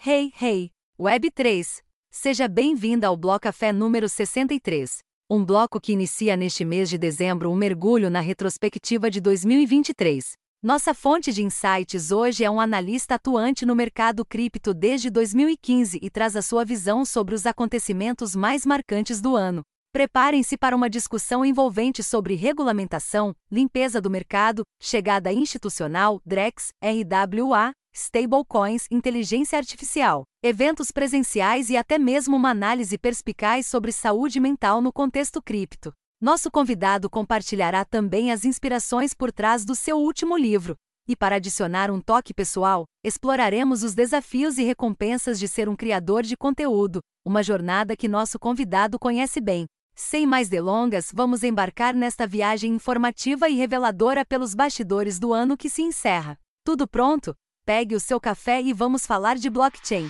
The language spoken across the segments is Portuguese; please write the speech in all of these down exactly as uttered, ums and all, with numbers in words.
Hey, hey, Web três! Seja bem-vinda ao Blocafé número sessenta e três, um bloco que inicia neste mês de dezembro um mergulho na retrospectiva de dois mil e vinte e três. Nossa fonte de insights hoje é um analista atuante no mercado cripto desde dois mil e quinze e traz a sua visão sobre os acontecimentos mais marcantes do ano. Preparem-se para uma discussão envolvente sobre regulamentação, limpeza do mercado, chegada institucional, Drex, R W A, stablecoins, inteligência artificial, eventos presenciais e até mesmo uma análise perspicaz sobre saúde mental no contexto cripto. Nosso convidado compartilhará também as inspirações por trás do seu último livro. E para adicionar um toque pessoal, exploraremos os desafios e recompensas de ser um criador de conteúdo, uma jornada que nosso convidado conhece bem. Sem mais delongas, vamos embarcar nesta viagem informativa e reveladora pelos bastidores do ano que se encerra. Tudo pronto? Pegue o seu café e vamos falar de blockchain.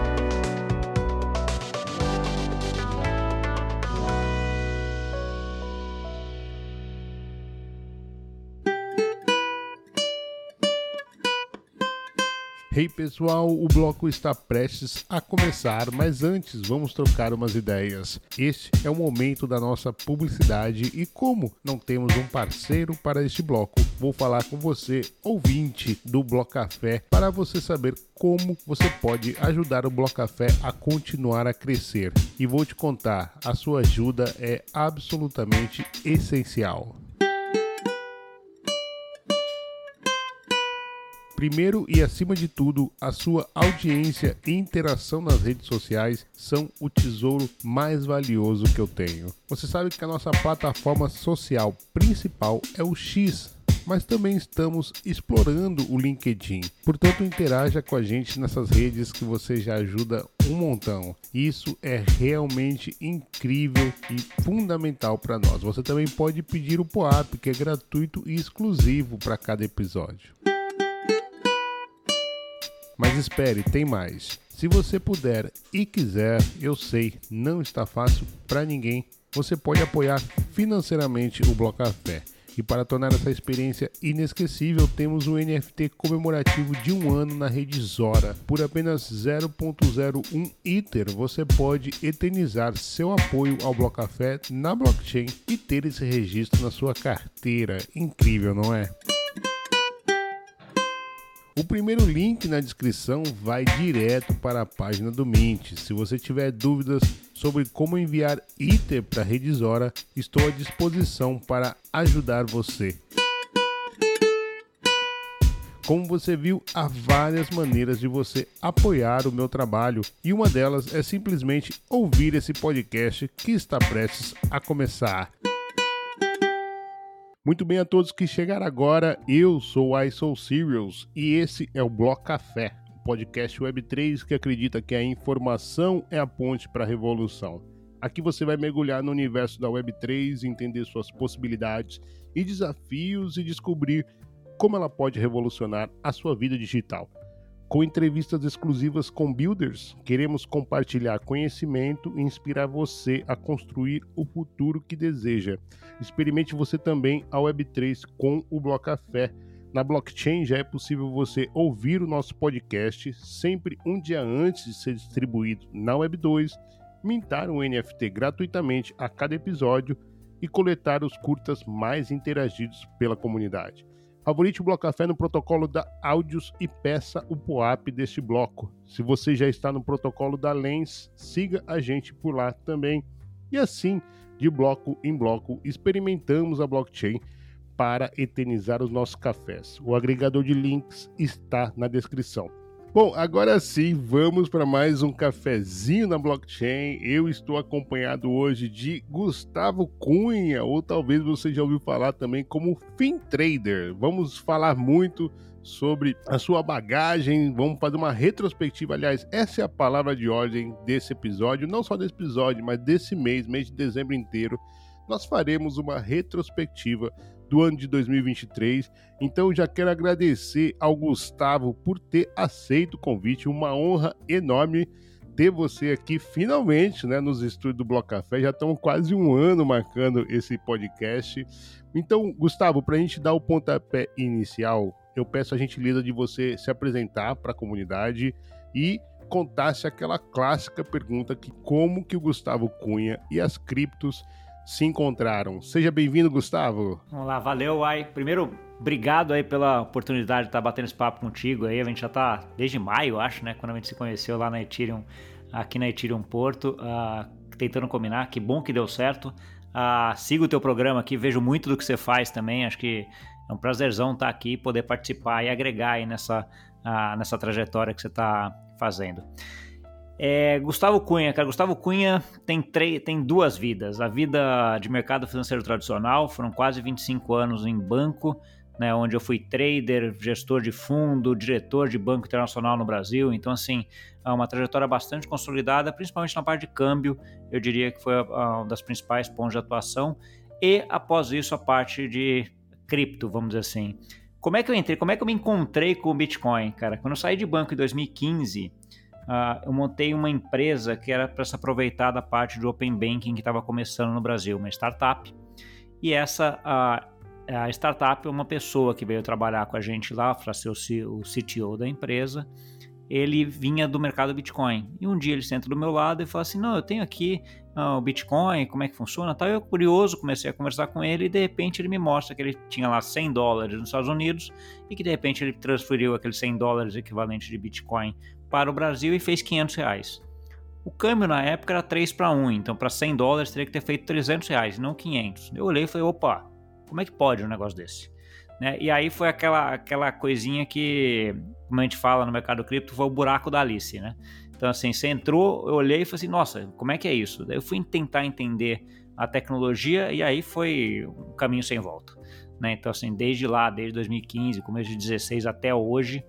Hey pessoal, o bloco está prestes a começar, mas antes vamos trocar umas ideias. Este é o momento da nossa publicidade e como não temos um parceiro para este bloco, vou falar com você, ouvinte do Blocafé, para você saber como você pode ajudar o Blocafé a continuar a crescer. E vou te contar, a sua ajuda é absolutamente essencial. Primeiro e acima de tudo, a sua audiência e interação nas redes sociais são o tesouro mais valioso que eu tenho. Você sabe que a nossa plataforma social principal é o X, mas também estamos explorando o LinkedIn. Portanto, interaja com a gente nessas redes que você já ajuda um montão. Isso é realmente incrível e fundamental para nós. Você também pode pedir o POAP, que é gratuito e exclusivo para cada episódio. Mas espere, tem mais. Se você puder e quiser, eu sei, não está fácil para ninguém, você pode apoiar financeiramente o Blocafé. E para tornar essa experiência inesquecível, temos um N F T comemorativo de um ano na rede Zora. Por apenas zero vírgula zero um Ether, você pode eternizar seu apoio ao Blocafé na blockchain e ter esse registro na sua carteira. Incrível, não é? O primeiro link na descrição vai direto para a página do Mint. Se você tiver dúvidas sobre como enviar Ether para a rede Zora, estou à disposição para ajudar você. Como você viu, há várias maneiras de você apoiar o meu trabalho e uma delas é simplesmente ouvir esse podcast que está prestes a começar. Muito bem a todos que chegaram agora, eu sou o iSouSerious e esse é o Blocafé, o podcast Web três que acredita que a informação é a ponte para a revolução. Aqui você vai mergulhar no universo da Web três, entender suas possibilidades e desafios e descobrir como ela pode revolucionar a sua vida digital. Com entrevistas exclusivas com builders, queremos compartilhar conhecimento e inspirar você a construir o futuro que deseja. Experimente você também a Web três com o Blocafé. Na blockchain já é possível você ouvir o nosso podcast sempre um dia antes de ser distribuído na Web dois, mintar um N F T gratuitamente a cada episódio e coletar os curtas mais interagidos pela comunidade. Favorite o Blocafé no protocolo da Áudios e peça o POAP deste bloco. Se você já está no protocolo da Lens, siga a gente por lá também. E assim, de bloco em bloco, experimentamos a blockchain para eternizar os nossos cafés. O agregador de links está na descrição. Bom, agora sim, vamos para mais um cafezinho na blockchain. Eu estou acompanhado hoje de Gustavo Cunha, ou talvez você já ouviu falar também como FinTrader. Vamos falar muito sobre a sua bagagem, vamos fazer uma retrospectiva. Aliás, essa é a palavra de ordem desse episódio, não só desse episódio, mas desse mês, mês de dezembro inteiro. Nós faremos uma retrospectiva do ano de dois mil e vinte e três, então já quero agradecer ao Gustavo por ter aceito o convite, uma honra enorme ter você aqui finalmente, né, nos estúdios do Blocafé. Já estamos quase um ano marcando esse podcast. Então, Gustavo, para a gente dar o pontapé inicial, eu peço a gentileza de você se apresentar para a comunidade e contasse aquela clássica pergunta que como que o Gustavo Cunha e as criptos se encontraram. Seja bem-vindo, Gustavo. Vamos lá, valeu, Ai. Primeiro, obrigado aí pela oportunidade de estar batendo esse papo contigo aí. A gente já tá desde maio, acho, né? Quando a gente se conheceu lá na Ethereum, aqui na Ethereum Porto, uh, tentando combinar. Que bom que deu certo. Uh, sigo o teu programa aqui, vejo muito do que você faz também. Acho que é um prazerzão estar aqui, poder participar e agregar aí nessa, uh, nessa trajetória que você está fazendo. É, Gustavo Cunha, cara, Gustavo Cunha tem, três, tem duas vidas. A vida de mercado financeiro tradicional, foram quase vinte e cinco anos em banco, né, onde eu fui trader, gestor de fundo, diretor de banco internacional no Brasil. Então, assim, é uma trajetória bastante consolidada, principalmente na parte de câmbio, eu diria que foi uma das principais pontos de atuação. E, após isso, a parte de cripto, vamos dizer assim. Como é que eu entrei? Como é que eu me encontrei com o Bitcoin, cara? Quando eu saí de banco em dois mil e quinze... Uh, eu montei uma empresa que era para se aproveitar da parte do Open Banking que estava começando no Brasil, uma startup. E essa uh, a startup é uma pessoa que veio trabalhar com a gente lá para ser o, C, o C T O da empresa. Ele vinha do mercado Bitcoin. E um dia ele senta do meu lado e fala assim, não, eu tenho aqui uh, o Bitcoin, como é que funciona? Tal. Eu, curioso, comecei a conversar com ele e de repente ele me mostra que ele tinha lá cem dólares nos Estados Unidos e que de repente ele transferiu aqueles cem dólares equivalente de Bitcoin para o Brasil e fez quinhentos reais. O câmbio na época era três para um, então para cem dólares teria que ter feito trezentos reais, não quinhentos. Eu olhei e falei, opa, como é que pode um negócio desse? Né? E aí foi aquela, aquela coisinha que, como a gente fala no mercado cripto, foi o buraco da Alice, né? Então assim, você entrou, eu olhei e falei assim, nossa, como é que é isso? Daí eu fui tentar entender a tecnologia e aí foi um caminho sem volta. Né? Então assim, desde lá, desde dois mil e quinze, começo de dezesseis até hoje,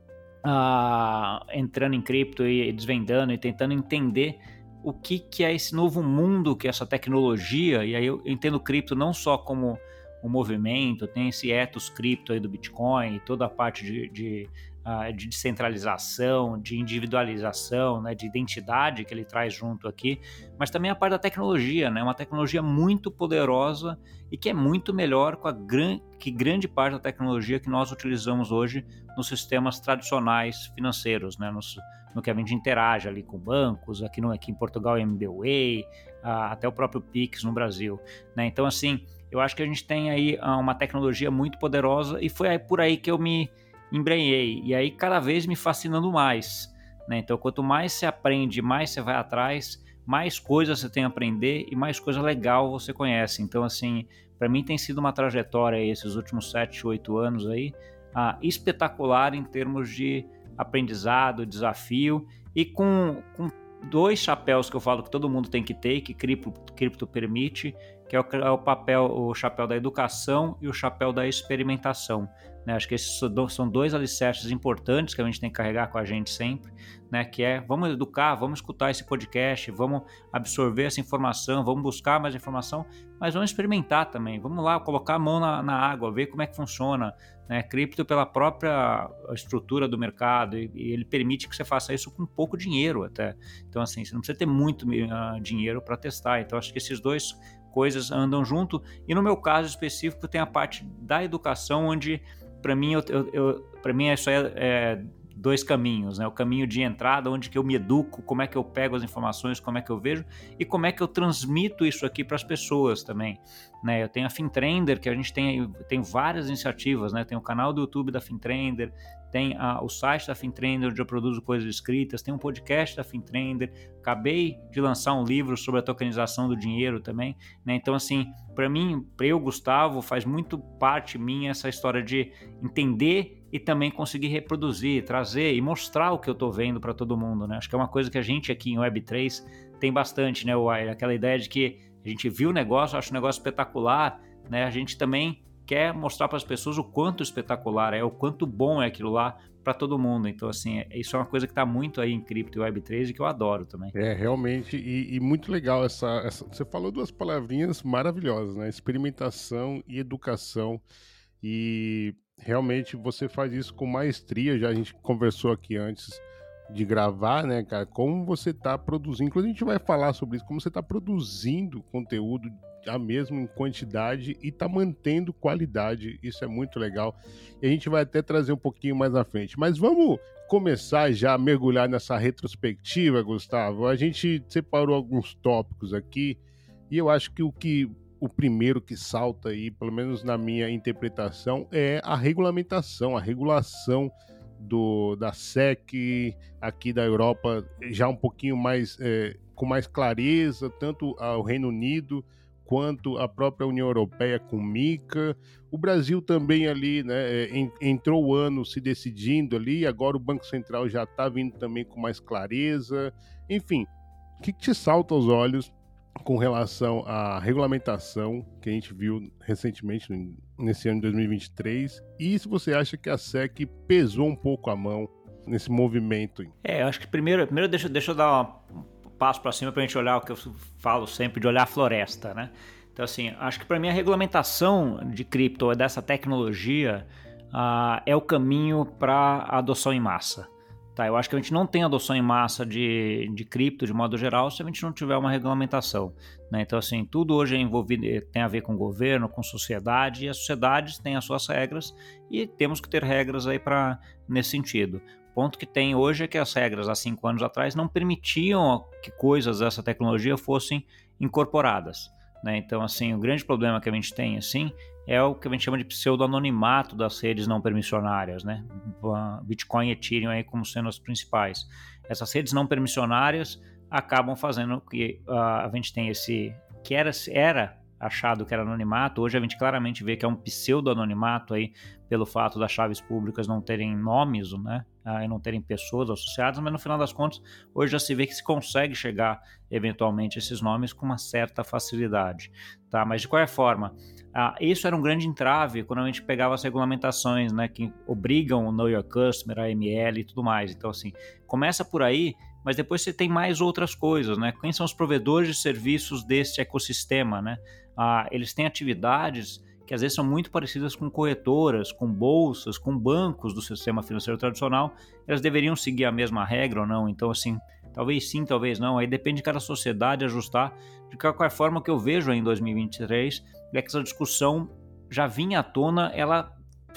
Uh, entrando em cripto e desvendando e tentando entender o que, que é esse novo mundo, que é essa tecnologia. E aí eu entendo cripto não só como um movimento, tem esse ethos cripto aí do Bitcoin, toda a parte de, de, uh, de descentralização, de individualização, né, de identidade que ele traz junto aqui, mas também a parte da tecnologia, né, uma tecnologia muito poderosa e que é muito melhor com a gran, que grande parte da tecnologia que nós utilizamos hoje nos sistemas tradicionais financeiros, né, nos, no que a gente interage ali com bancos, aqui, no, aqui em Portugal, M B W A, uh, até o próprio Pix no Brasil. Né? Então, assim, eu acho que a gente tem aí uh, uma tecnologia muito poderosa e foi aí, por aí que eu me embrenhei. E aí, cada vez me fascinando mais. Né? Então, quanto mais você aprende, mais você vai atrás, mais coisas você tem a aprender e mais coisa legal você conhece. Então, assim, para mim tem sido uma trajetória aí, esses últimos sete, oito anos aí, uh, espetacular em termos de aprendizado, desafio e com, com dois chapéus que eu falo que todo mundo tem que ter, que cripto, cripto permite, que é o, é o papel, o chapéu da educação e o chapéu da experimentação. Né? Acho que esses são dois alicerces importantes que a gente tem que carregar com a gente sempre, né? Que é, vamos educar, vamos escutar esse podcast, vamos absorver essa informação, vamos buscar mais informação, mas vamos experimentar também, vamos lá, colocar a mão na, na água, ver como é que funciona. Né? Cripto pela própria estrutura do mercado, e, e ele permite que você faça isso com pouco dinheiro até. Então, assim, você não precisa ter muito uh, dinheiro para testar. Então, acho que esses dois coisas andam junto. E no meu caso específico, tem a parte da educação, onde, para mim, eu, eu, eu, para mim isso é, é dois caminhos, né? O caminho de entrada, onde que eu me educo, como é que eu pego as informações, como é que eu vejo e como é que eu transmito isso aqui para as pessoas também, né? Eu tenho a FinTrender, que a gente tem, tem várias iniciativas, né? Tem o canal do YouTube da FinTrender, tem a, o site da FinTrender, onde eu produzo coisas escritas, tem um podcast da FinTrender, acabei de lançar um livro sobre a tokenização do dinheiro também, né? Então, assim, para mim, para eu, Gustavo, faz muito parte minha essa história de entender e também conseguir reproduzir, trazer e mostrar o que eu estou vendo para todo mundo, né? Acho que é uma coisa que a gente aqui em Web três tem bastante, né, Wire? Aquela ideia de que a gente viu o negócio, acha o negócio espetacular, né? A gente também quer mostrar para as pessoas o quanto espetacular é, o quanto bom é aquilo lá para todo mundo. Então, assim, isso é uma coisa que está muito aí em cripto e Web três e que eu adoro também. É, realmente, e, e muito legal essa, essa... Você falou duas palavrinhas maravilhosas, né? Experimentação e educação. E realmente você faz isso com maestria. Já a gente conversou aqui antes de gravar, né, cara? Como você está produzindo, inclusive a gente vai falar sobre isso, como você está produzindo conteúdo já mesmo em quantidade e está mantendo qualidade. Isso é muito legal. E a gente vai até trazer um pouquinho mais à frente. Mas vamos começar já a mergulhar nessa retrospectiva, Gustavo, a gente separou alguns tópicos aqui e eu acho que o que o primeiro que salta aí, pelo menos na minha interpretação, é a regulamentação, a regulação do, da S E C aqui da Europa, já um pouquinho mais, é, com mais clareza, tanto ao Reino Unido quanto a própria União Europeia com MiCA. O Brasil também ali, né, entrou o ano se decidindo ali, agora o Banco Central já está vindo também com mais clareza. Enfim, o que, que te salta aos olhos com relação à regulamentação que a gente viu recentemente nesse ano de dois mil e vinte e três, e se você acha que a S E C pesou um pouco a mão nesse movimento? É, eu acho que primeiro, primeiro deixa, deixa eu dar um passo para cima para a gente olhar o que eu falo sempre, de olhar a floresta, né? Então, assim, acho que para mim a regulamentação de cripto, dessa tecnologia, uh, é o caminho para a adoção em massa. Tá, eu acho que a gente não tem adoção em massa de, de cripto, de modo geral, se a gente não tiver uma regulamentação, né? Então, assim, tudo hoje é envolvido, tem a ver com governo, com sociedade, e as sociedades têm as suas regras e temos que ter regras aí para nesse sentido. O ponto que tem hoje é que as regras, há cinco anos atrás, não permitiam que coisas dessa tecnologia fossem incorporadas, né? Então, assim, o grande problema que a gente tem, assim, é o que a gente chama de pseudo-anonimato das redes não permissionárias, né? Bitcoin e Ethereum aí como sendo as principais. Essas redes não permissionárias acabam fazendo que uh, a gente tem esse... que era, era achado que era anonimato, hoje a gente claramente vê que é um pseudo-anonimato aí pelo fato das chaves públicas não terem nomes, né? Uh, e não terem pessoas associadas, mas no final das contas, hoje já se vê que se consegue chegar eventualmente a esses nomes com uma certa facilidade, tá? Mas de qualquer forma, Ah, isso era um grande entrave quando a gente pegava as regulamentações, né, que obrigam o Know Your Customer, a M L e tudo mais. Então, assim, começa por aí, mas depois você tem mais outras coisas, né? Quem são os provedores de serviços deste ecossistema, né? Ah, eles têm atividades que às vezes são muito parecidas com corretoras, com bolsas, com bancos do sistema financeiro tradicional. Elas deveriam seguir a mesma regra ou não? Então, assim, talvez sim, talvez não. Aí depende de cada sociedade ajustar. De qualquer forma, o que eu vejo aí em dois mil e vinte e três é que essa discussão já vinha à tona, ela,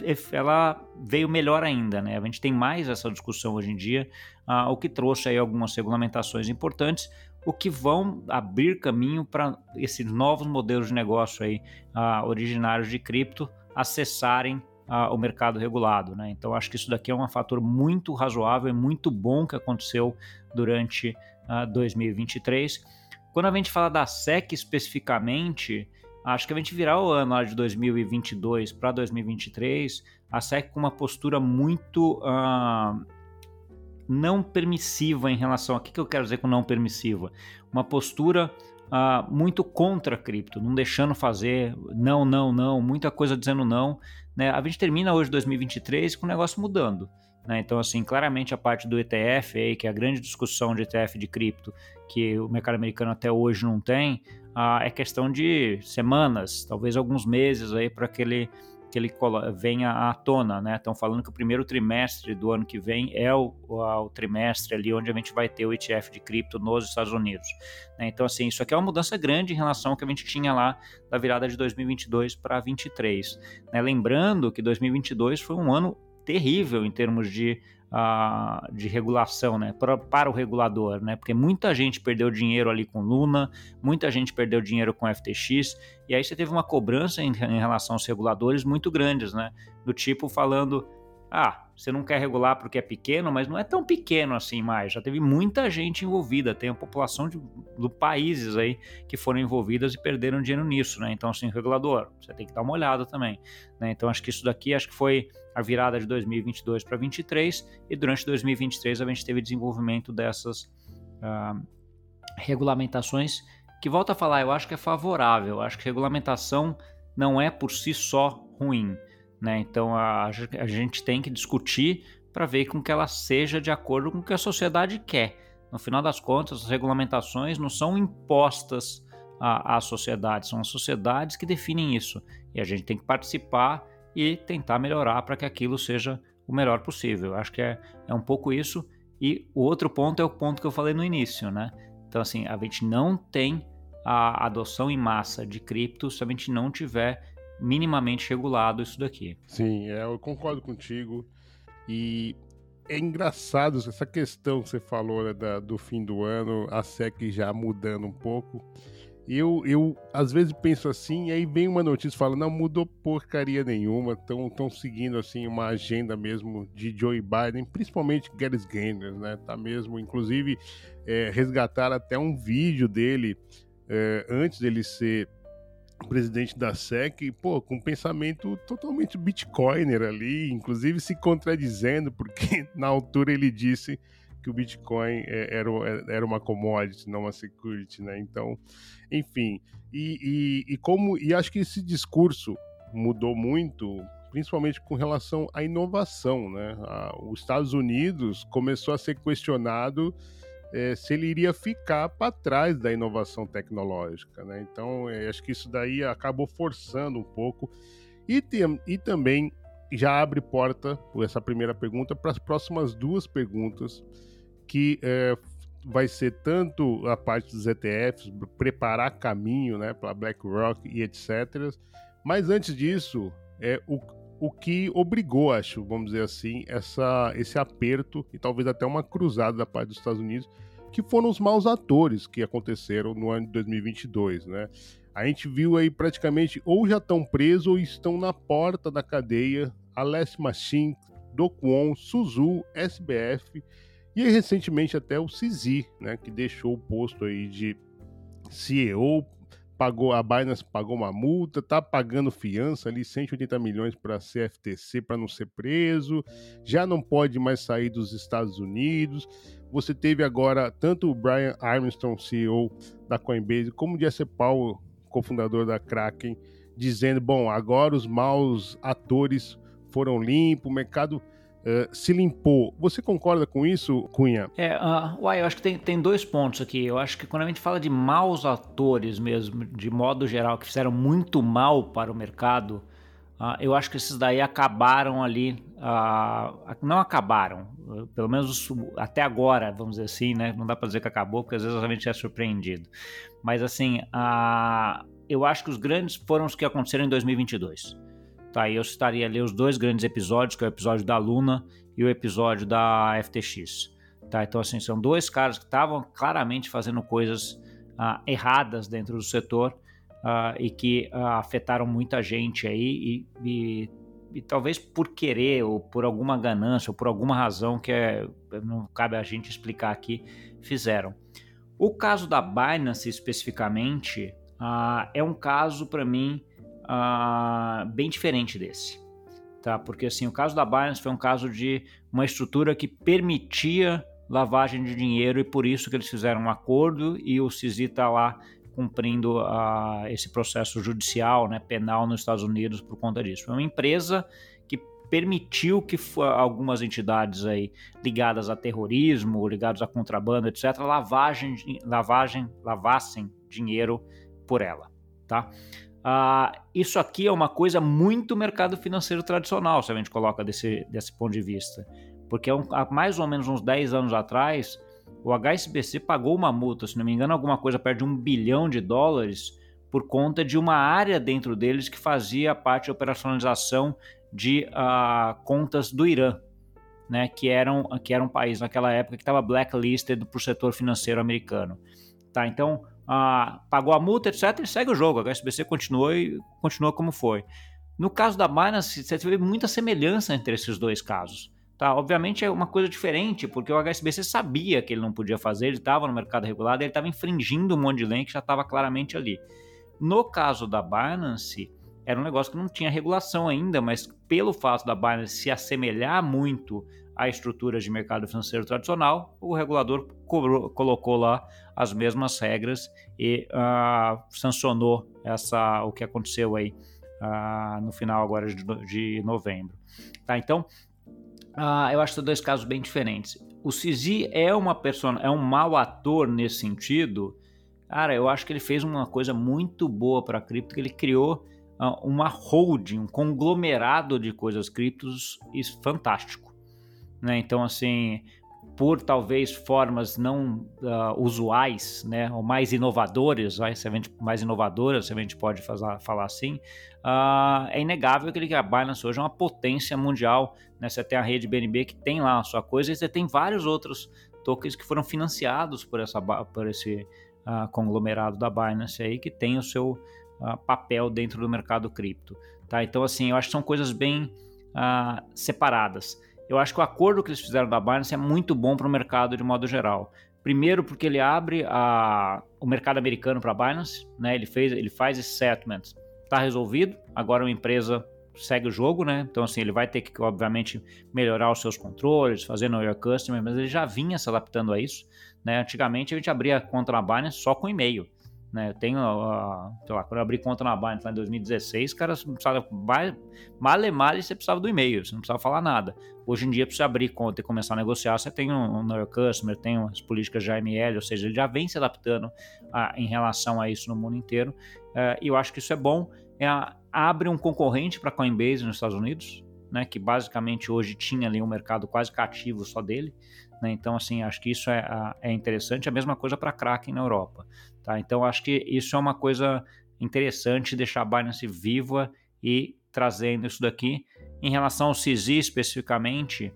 ela veio melhor ainda, né? A gente tem mais essa discussão hoje em dia, uh, o que trouxe aí algumas regulamentações importantes, o que vão abrir caminho para esses novos modelos de negócio aí, uh, originários de cripto acessarem uh, o mercado regulado, né? Então acho que isso daqui é um fator muito razoável e muito bom que aconteceu durante uh, dois mil e vinte e três. Quando a gente fala da S E C especificamente, acho que a gente virar o ano lá de dois mil e vinte e dois para dois mil e vinte e três, a S E C com uma postura muito uh, não permissiva em relação a... O que, que eu quero dizer com não permissiva? Uma postura uh, muito contra a cripto, não deixando fazer, não, não, não, muita coisa dizendo não, né? A gente termina hoje dois mil e vinte e três com o negócio mudando, né? Então, assim, claramente a parte do E T F, aí, que é a grande discussão de E T F de cripto, que o mercado americano até hoje não tem, uh, é questão de semanas, talvez alguns meses aí para que ele, que ele venha à tona, né? Estão falando que o primeiro trimestre do ano que vem é o, o, o trimestre ali onde a gente vai ter o E T F de cripto nos Estados Unidos, né? Então, assim, isso aqui é uma mudança grande em relação ao que a gente tinha lá da virada de dois mil e vinte e dois para vinte e três, né? Lembrando que dois mil e vinte e dois foi um ano terrível em termos de, uh, de regulação, né, para, para o regulador, né, porque muita gente perdeu dinheiro ali com Luna, muita gente perdeu dinheiro com F T X, e aí você teve uma cobrança em, em relação aos reguladores muito grandes, né, do tipo falando, ah, você não quer regular porque é pequeno, mas não é tão pequeno assim mais, já teve muita gente envolvida, tem a população de, de países aí que foram envolvidas e perderam dinheiro nisso, né, então assim, regulador, você tem que dar uma olhada também, né, então acho que isso daqui, acho que foi a virada de dois mil e vinte e dois para vinte e três, e durante dois mil e vinte e três a gente teve desenvolvimento dessas uh, regulamentações, que volto a falar, eu acho que é favorável, eu acho que regulamentação não é por si só ruim, né? Então a, a gente tem que discutir para ver com que ela seja de acordo com o que a sociedade quer. No final das contas, as regulamentações não são impostas à, à sociedade, são as sociedades que definem isso, e a gente tem que participar e tentar melhorar para que aquilo seja o melhor possível. Acho que é, é um pouco isso. E o outro ponto é o ponto que eu falei no início, né? Então, assim, a gente não tem a adoção em massa de cripto se a gente não tiver minimamente regulado isso daqui. Sim, é, eu concordo contigo. E é engraçado essa questão que você falou, né, da, do fim do ano, a S E C já mudando um pouco. Eu, eu às vezes penso assim, e aí vem uma notícia e fala, não mudou porcaria nenhuma, estão seguindo assim uma agenda mesmo de Joe Biden, principalmente Gary Gensler, né? Tá mesmo, inclusive, é, resgataram até um vídeo dele é, antes dele ser presidente da S E C, pô, com um pensamento totalmente bitcoiner ali, inclusive se contradizendo, porque na altura ele disse que o Bitcoin era, era uma commodity, não uma security, né? Então, enfim, e, e, e como, e acho que esse discurso mudou muito, principalmente com relação à inovação, né? A, os Estados Unidos começou a ser questionado É, se ele iria ficar para trás da inovação tecnológica, né? Então, é, acho que isso daí acabou forçando um pouco e, tem, e também já abre porta, por essa primeira pergunta, para as próximas duas perguntas, que é, vai ser tanto a parte dos E T Fs, preparar caminho, né, para BlackRock e etcétera. Mas antes disso, é o o que obrigou, acho, vamos dizer assim, essa, esse aperto e talvez até uma cruzada da parte dos Estados Unidos, que foram os maus atores que aconteceram no ano de dois mil e vinte e dois, né? A gente viu aí praticamente ou já estão presos ou estão na porta da cadeia Alessi Machine, Do Kwon, Suzu, S B F e recentemente até o C Z, né, que deixou o posto aí de C E O, pagou, a Binance pagou uma multa, tá pagando fiança ali, cento e oitenta milhões para a C F T C para não ser preso, já não pode mais sair dos Estados Unidos. Você teve agora tanto o Brian Armstrong, C E O da Coinbase, como o Jesse Powell, cofundador da Kraken, dizendo, bom, agora os maus atores foram limpos, o mercado Uh, se limpou. Você concorda com isso, Cunha? É, uh, uai, eu acho que tem, tem dois pontos aqui. Eu acho que quando a gente fala de maus atores mesmo, de modo geral, que fizeram muito mal para o mercado, uh, eu acho que esses daí acabaram ali, uh, não acabaram, uh, pelo menos até agora, vamos dizer assim, né? Não dá para dizer que acabou, porque às vezes a gente é surpreendido. Mas assim, uh, eu acho que os grandes foram os que aconteceram em dois mil e vinte e dois. Tá, eu citaria ali os dois grandes episódios, que é o episódio da Luna e o episódio da F T X. Tá, então, assim, são dois caras que estavam claramente fazendo coisas uh, erradas dentro do setor uh, e que uh, afetaram muita gente aí e, e, e talvez por querer ou por alguma ganância ou por alguma razão que é, não cabe a gente explicar aqui, fizeram. O caso da Binance especificamente uh, é um caso, para mim, Uh, bem diferente desse, tá? Porque assim, o caso da Binance foi um caso de uma estrutura que permitia lavagem de dinheiro e por isso que eles fizeram um acordo e o C Z está lá cumprindo uh, esse processo judicial, né, penal nos Estados Unidos por conta disso. Foi uma empresa que permitiu que algumas entidades aí ligadas a terrorismo, ligadas a contrabando, etcétera, lavagem, lavagem, lavassem dinheiro por ela, tá? Uh, isso aqui é uma coisa muito mercado financeiro tradicional, se a gente coloca desse, desse ponto de vista. Porque um, há mais ou menos uns dez anos atrás, o H S B C pagou uma multa, se não me engano, alguma coisa perto de um bilhão de dólares por conta de uma área dentro deles que fazia parte da operacionalização de uh, contas do Irã, né, que, eram, que era um país naquela época que estava blacklisted para o setor financeiro americano. Tá, então... Ah, pagou a multa, etcétera, e segue o jogo. A H S B C continuou e continuou como foi. No caso da Binance, você teve muita semelhança entre esses dois casos. Tá? Obviamente é uma coisa diferente, porque o H S B C sabia que ele não podia fazer, ele estava no mercado regulado, ele estava infringindo um monte de lei que já estava claramente ali. No caso da Binance, era um negócio que não tinha regulação ainda, mas pelo fato da Binance se assemelhar muito a estruturas de mercado financeiro tradicional, o regulador co- colocou lá as mesmas regras e uh, sancionou essa, o que aconteceu aí uh, no final agora de, de novembro. Tá, então, uh, eu acho que são dois casos bem diferentes. O C Z é, uma persona, é um mau ator nesse sentido. Cara, eu acho que ele fez uma coisa muito boa para a cripto, que ele criou uh, uma holding, um conglomerado de coisas criptos fantástico. Né? Então, assim, por talvez formas não uh, usuais, né, ou mais inovadoras, vai, se a gente, mais inovadoras, se a gente pode fazer, falar assim, uh, é inegável que a Binance hoje é uma potência mundial, né? Você tem a rede B N B que tem lá a sua coisa, e você tem vários outros tokens que foram financiados por, essa, por esse uh, conglomerado da Binance aí, que tem o seu uh, papel dentro do mercado cripto, tá? Então, assim, eu acho que são coisas bem uh, separadas. Eu acho que o acordo que eles fizeram da Binance é muito bom para o mercado de modo geral. Primeiro porque ele abre a, o mercado americano para a Binance, né? Ele, fez, ele faz esse settlement, está resolvido, agora a empresa segue o jogo, né? Então, assim, ele vai ter que, obviamente, melhorar os seus controles, fazer Know Your Customer, mas ele já vinha se adaptando a isso, né? Antigamente a gente abria conta na Binance só com e-mail, né? Eu tenho, uh, sei lá, quando eu abri conta na Binance lá em dois mil e dezesseis, cara, você precisava, mal e mal, você precisava do e-mail, você não precisava falar nada. Hoje em dia, para você abrir conta e começar a negociar, você tem um, um Know Your Customer, tem as políticas de A M L, ou seja, ele já vem se adaptando a, em relação a isso no mundo inteiro, uh, e eu acho que isso é bom. É a, abre um concorrente para a Coinbase nos Estados Unidos, né, que basicamente hoje tinha ali um mercado quase cativo só dele, né? Então, assim, acho que isso é, é interessante. A mesma coisa para a Kraken na Europa, tá? Então, acho que isso é uma coisa interessante, deixar a Binance viva e trazendo isso daqui. Em relação ao C Z especificamente,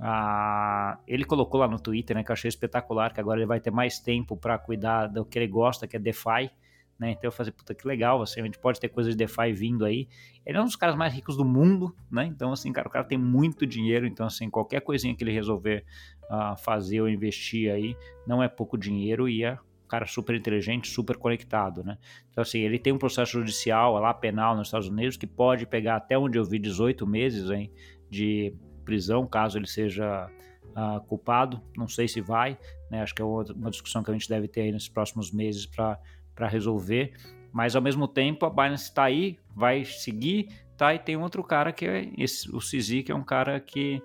a... ele colocou lá no Twitter, né, que eu achei espetacular, que agora ele vai ter mais tempo para cuidar do que ele gosta, que é DeFi. Né? Então eu falei, puta, que legal, assim, a gente pode ter coisas de DeFi vindo aí. Ele é um dos caras mais ricos do mundo, né? Então, assim, cara, o cara tem muito dinheiro, então, assim, qualquer coisinha que ele resolver uh, fazer ou investir aí, não é pouco dinheiro e é um cara super inteligente, super conectado, né? Então, assim, ele tem um processo judicial lá, penal nos Estados Unidos, que pode pegar até onde eu vi dezoito meses, hein, de prisão, caso ele seja uh, culpado. Não sei se vai, né? Acho que é uma discussão que a gente deve ter aí nesses próximos meses para para resolver, mas ao mesmo tempo a Binance está aí, vai seguir, tá? E tem outro cara que é esse, o C Z, que é um cara que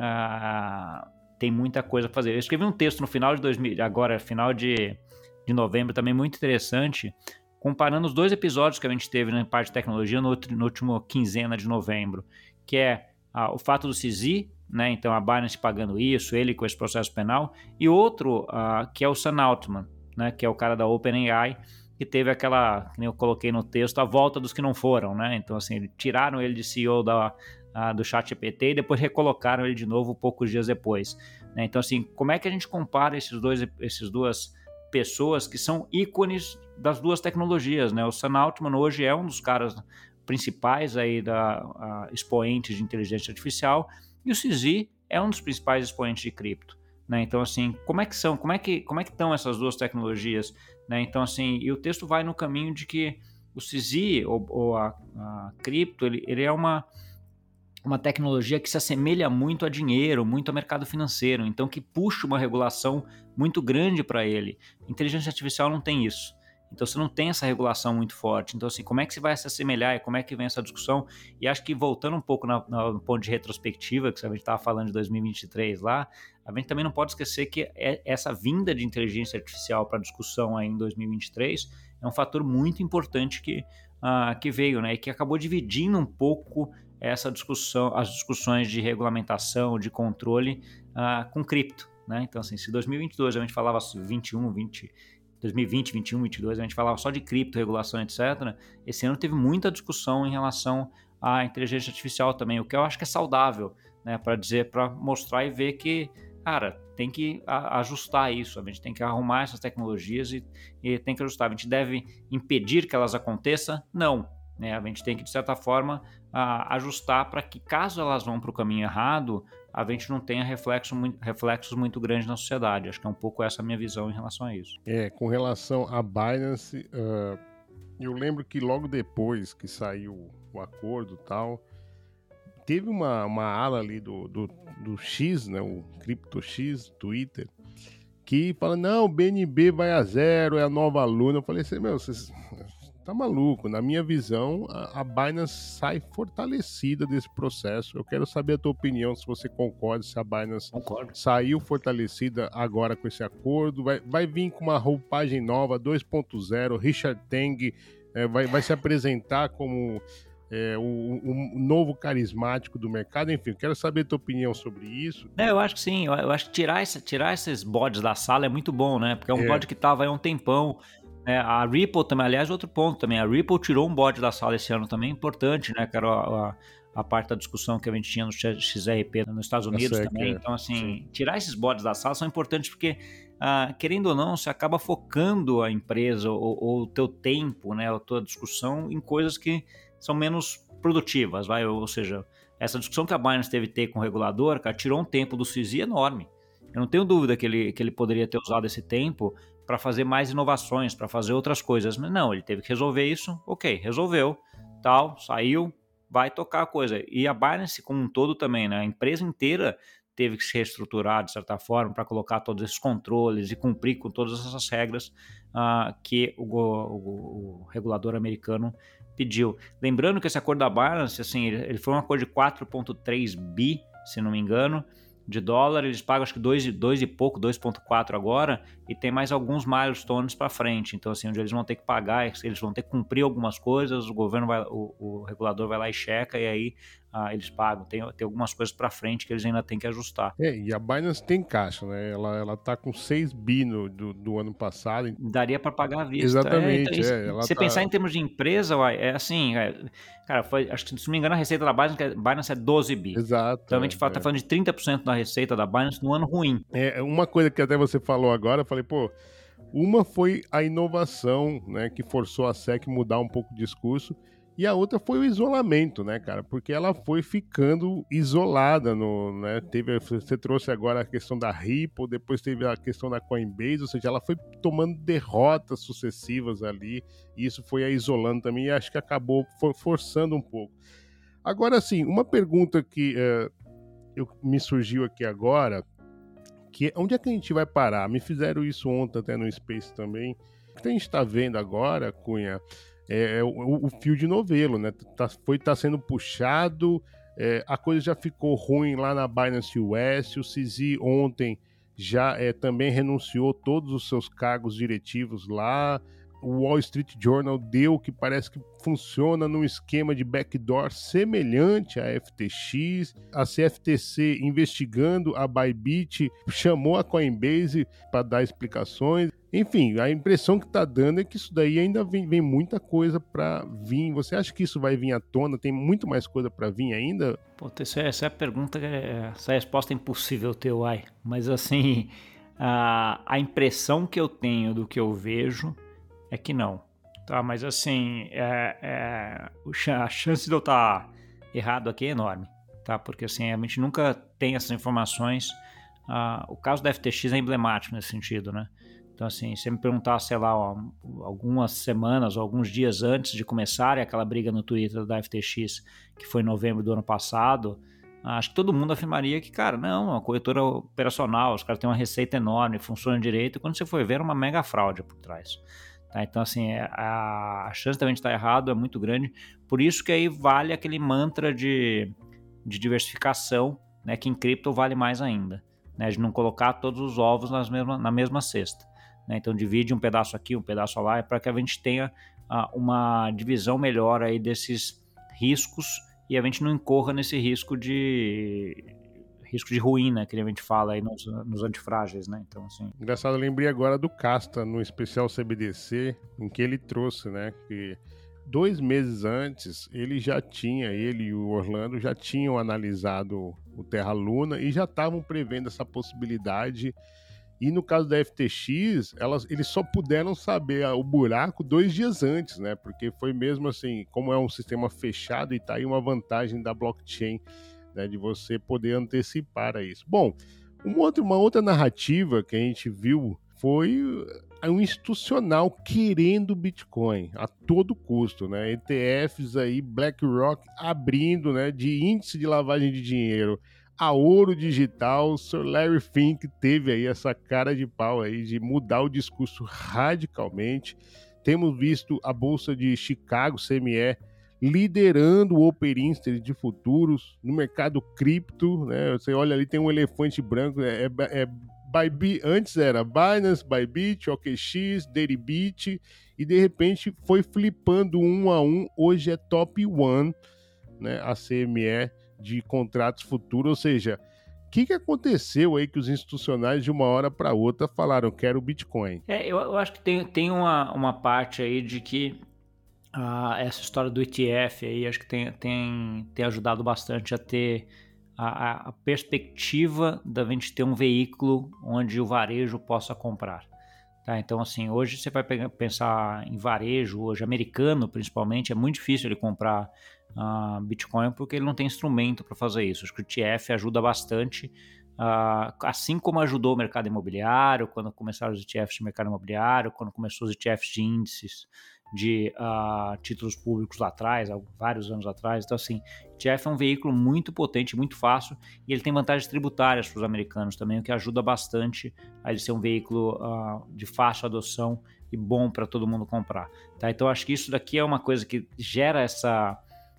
ah, tem muita coisa a fazer. Eu escrevi um texto no final de dois mil, agora final de, de novembro, também muito interessante, comparando os dois episódios que a gente teve na parte de tecnologia no, no último quinzena de novembro, que é ah, o fato do C Z, né? Então a Binance pagando isso, ele com esse processo penal, e outro ah, que é o Sam Altman, né, que é o cara da OpenAI, que teve aquela, que eu coloquei no texto, a volta dos que não foram, né? Então, assim, tiraram ele de C E O da, a, do ChatGPT e depois recolocaram ele de novo poucos dias depois, né? Então, assim, como é que a gente compara esses dois, esses duas pessoas que são ícones das duas tecnologias, né? O Sam Altman hoje é um dos caras principais aí da a, expoentes de inteligência artificial, e o C Z é um dos principais expoentes de cripto. Né? Então, assim, como é que são, como é que, como é que estão essas duas tecnologias? Né? Então, assim, e o texto vai no caminho de que o C Z, ou, ou a, a cripto, ele, ele é uma, uma tecnologia que se assemelha muito a dinheiro, muito ao mercado financeiro, então que puxa uma regulação muito grande para ele. Inteligência artificial não tem isso. Então você não tem essa regulação muito forte. Então, assim, como é que você vai se assemelhar e como é que vem essa discussão? E acho que voltando um pouco na, na, no ponto de retrospectiva, que a gente estava falando de dois mil e vinte e três lá, a gente também não pode esquecer que é, essa vinda de inteligência artificial para a discussão aí em dois mil e vinte e três é um fator muito importante que, uh, que veio, né? E que acabou dividindo um pouco essa discussão, as discussões de regulamentação, de controle uh, com cripto, né? Então, assim, se dois mil e vinte e dois a gente falava vinte e um, vinte dois mil e vinte, vinte e um, vinte e dois, a gente falava só de cripto, regulação, etcétera. Esse ano teve muita discussão em relação à inteligência artificial também, o que eu acho que é saudável, né, para dizer, para mostrar e ver que, cara, tem que a, ajustar isso, a gente tem que arrumar essas tecnologias e, e tem que ajustar. A gente deve impedir que elas aconteçam? Não. Né, a gente tem que, de certa forma, a, ajustar para que, caso elas vão para o caminho errado, a gente não tenha reflexo, reflexos muito grandes na sociedade. Acho que é um pouco essa a minha visão em relação a isso. É, com relação à Binance, uh, eu lembro que logo depois que saiu o acordo e tal, teve uma, uma ala ali do, do, do X, né, o CryptoX, Twitter, que fala, não, o B N B vai a zero, é a nova Luna. Eu falei assim, meu, vocês... tá maluco, na minha visão a, a Binance sai fortalecida desse processo. Eu quero saber a tua opinião, se você concorda, se a Binance Concordo. Saiu fortalecida agora com esse acordo, vai, vai vir com uma roupagem nova, dois ponto zero, Richard Teng é, vai, vai se apresentar como é, o, o novo carismático do mercado? Enfim, quero saber a tua opinião sobre isso. É, eu acho que sim, eu, eu acho que tirar, esse, tirar esses bodes da sala é muito bom, né? Porque é um É. bode que tava aí há um tempão. É, a Ripple também, aliás, outro ponto também, a Ripple tirou um bode da sala esse ano também, importante, né? Que era a, a, a parte da discussão que a gente tinha no X R P nos Estados Unidos Essa é também. que é. Então, assim, Sim. tirar esses bodes da sala são importantes porque, ah, querendo ou não, você acaba focando a empresa ou o teu tempo, né? A tua discussão em coisas que são menos produtivas, vai? Ou seja, essa discussão que a Binance teve que ter com o regulador, cara, tirou um tempo do C Z enorme. Eu não tenho dúvida que ele, que ele poderia ter usado esse tempo para fazer mais inovações, para fazer outras coisas. Mas não, ele teve que resolver isso. Ok, resolveu, tal, saiu, vai tocar a coisa. E a Binance como um todo também, né? A empresa inteira teve que se reestruturar de certa forma para colocar todos esses controles e cumprir com todas essas regras uh, que o, o, o regulador americano pediu. Lembrando que esse acordo da Binance, assim, ele, ele foi um acordo de quatro vírgula três bi, se não me engano, de dólar, eles pagam acho que dois e pouco, dois vírgula quatro agora, e tem mais alguns milestones para frente, então assim, onde eles vão ter que pagar, eles vão ter que cumprir algumas coisas, o governo vai, o, o regulador vai lá e checa, e aí ah, eles pagam, tem, tem algumas coisas para frente que eles ainda têm que ajustar. É, e a Binance tem caixa, né, ela, ela tá com seis bi no, do, do ano passado. Daria para pagar à vista. Exatamente, é, então, é, ela se você tá... pensar em termos de empresa, uai, é assim, é, cara, foi, acho que se não me engano a receita da Binance, Binance é doze bi. Exato. Então a gente é, tá é. falando de trinta por cento da receita da Binance no ano ruim. É, uma coisa que até você falou agora, eu falei, pô, uma foi a inovação, né, que forçou a S E C a mudar um pouco o discurso, e a outra foi o isolamento, né, cara, porque ela foi ficando isolada, no, né, teve, você trouxe agora a questão da Ripple, depois teve a questão da Coinbase, ou seja, ela foi tomando derrotas sucessivas ali, e isso foi a isolando também, e acho que acabou forçando um pouco. Agora, assim, uma pergunta que é, eu, me surgiu aqui agora, que onde é que a gente vai parar? Me fizeram isso ontem até no Space também. O que a gente está vendo agora, Cunha, é, é o, o fio de novelo, né? Tá, foi tá sendo puxado, é, a coisa já ficou ruim lá na Binance U S, o C Z ontem já é, também renunciou todos os seus cargos diretivos lá. O Wall Street Journal deu que parece que funciona num esquema de backdoor semelhante à F T X. A C F T C investigando a Bybit chamou a Coinbase para dar explicações. Enfim, a impressão que está dando é que isso daí ainda vem, vem muita coisa para vir. Você acha que isso vai vir à tona? Tem muito mais coisa para vir ainda? Pô, essa é, essa é a pergunta, essa resposta é impossível ter, uai. Mas assim, a, a impressão que eu tenho do que eu vejo é que não, tá? Mas assim, é, é, a chance de eu estar errado aqui é enorme, tá? Porque assim, a gente nunca tem essas informações. Ah, o caso da F T X é emblemático nesse sentido, né? Então assim, se me perguntar, sei lá, algumas semanas ou alguns dias antes de começar aquela briga no Twitter da F T X, que foi em novembro do ano passado, acho que todo mundo afirmaria que, cara, não, é uma corretora operacional, os caras têm uma receita enorme, funciona direito, e quando você for ver, era uma mega fraude por trás. Tá, então, assim, a, a chance da gente estar errado é muito grande. Por isso que aí vale aquele mantra de, de diversificação, né, que em cripto vale mais ainda, né, de não colocar todos os ovos nas mesma, na mesma cesta. Né, então, divide um pedaço aqui, um pedaço lá, é para que a gente tenha uh, uma divisão melhor aí desses riscos e a gente não incorra nesse risco de... risco de ruína, que a gente fala aí nos, nos antifrágeis, né? Então, assim... Engraçado, eu lembrei agora do Casta, no especial C B D C, em que ele trouxe, né, que dois meses antes, ele já tinha, ele e o Orlando já tinham analisado o Terra Luna e já estavam prevendo essa possibilidade. E no caso da F T X, elas, eles só puderam saber o buraco dois dias antes, né? Porque foi mesmo assim, como é um sistema fechado e tá aí uma vantagem da blockchain, né, de você poder antecipar a isso. Bom, uma outra, uma outra narrativa que a gente viu foi um institucional querendo Bitcoin a todo custo, né? E T Fs aí, BlackRock abrindo, né, de índice de lavagem de dinheiro a ouro digital. O Sir Larry Fink teve aí essa cara de pau aí de mudar o discurso radicalmente. Temos visto a Bolsa de Chicago, C M E, liderando o Open Interest de futuros no mercado cripto, né? Você olha ali, tem um elefante branco, é, é, é Bybit, antes era Binance, Bybit, O K X, Deribit, e de repente foi flipando um a um, hoje é top one, né, a C M E de contratos futuros, ou seja, o que, que aconteceu aí que os institucionais de uma hora para outra falaram, quero Bitcoin? É, eu, eu acho que tem, tem uma, uma parte aí de que uh, essa história do E T F aí, acho que tem, tem, tem ajudado bastante a ter a, a perspectiva da gente ter um veículo onde o varejo possa comprar. Tá, então, assim, hoje você vai pegar, pensar em varejo, hoje americano principalmente, é muito difícil ele comprar uh, Bitcoin porque ele não tem instrumento para fazer isso. Acho que o E T F ajuda bastante, uh, assim como ajudou o mercado imobiliário, quando começaram os E T Fs de mercado imobiliário, quando começou os E T Fs de índices de uh, títulos públicos lá atrás, há vários anos atrás. Então, assim, E T F é um veículo muito potente, muito fácil, e ele tem vantagens tributárias para os americanos também, o que ajuda bastante a ele ser um veículo uh, de fácil adoção e bom para todo mundo comprar. Tá? Então, acho que isso daqui é uma coisa que gera essa,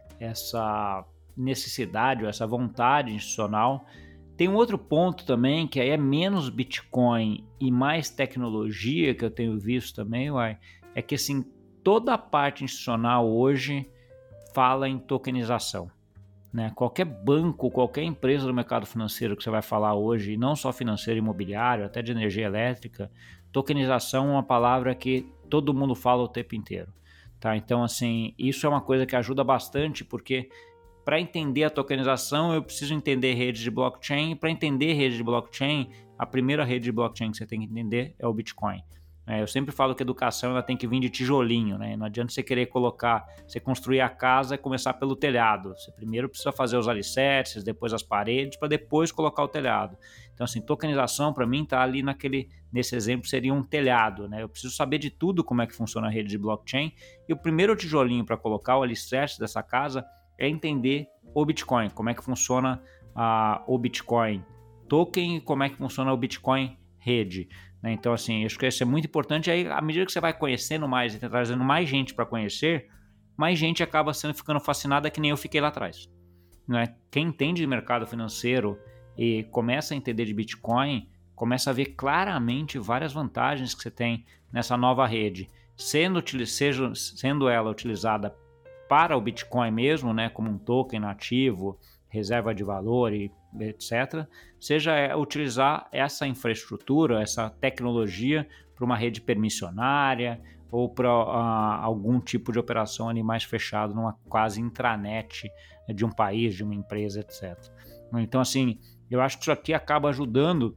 essa necessidade, ou essa vontade institucional. Tem um outro ponto também, que aí é menos Bitcoin e mais tecnologia, que eu tenho visto também, uai, é que, assim, toda a parte institucional hoje fala em tokenização, né? Qualquer banco, qualquer empresa do mercado financeiro que você vai falar hoje, e não só financeiro, imobiliário, até de energia elétrica, tokenização é uma palavra que todo mundo fala o tempo inteiro. Tá? Então, assim, isso é uma coisa que ajuda bastante, porque para entender a tokenização eu preciso entender redes de blockchain, e para entender rede de blockchain, a primeira rede de blockchain que você tem que entender é o Bitcoin. É, eu sempre falo que a educação ela tem que vir de tijolinho, né? Não adianta você querer colocar, você construir a casa e começar pelo telhado. Você primeiro precisa fazer os alicerces, depois as paredes, para depois colocar o telhado. Então, assim, tokenização para mim está ali naquele, nesse exemplo seria um telhado, né? Eu preciso saber de tudo como é que funciona a rede de blockchain, e o primeiro tijolinho para colocar o alicerce dessa casa é entender o Bitcoin, como é que funciona uh, o Bitcoin token e como é que funciona o Bitcoin rede. Então, assim, acho que isso é muito importante. Aí, à medida que você vai conhecendo mais e trazendo mais gente para conhecer, mais gente acaba sendo, ficando fascinada, que nem eu fiquei lá atrás. Não é? Quem entende de mercado financeiro e começa a entender de Bitcoin, começa a ver claramente várias vantagens que você tem nessa nova rede, sendo, seja, sendo ela utilizada para o Bitcoin mesmo, né, como um token nativo, reserva de valor e etcétera, seja utilizar essa infraestrutura, essa tecnologia para uma rede permissionária ou para uh, algum tipo de operação ali mais fechado, numa quase intranet de um país, de uma empresa, etcétera. Então, assim, eu acho que isso aqui acaba ajudando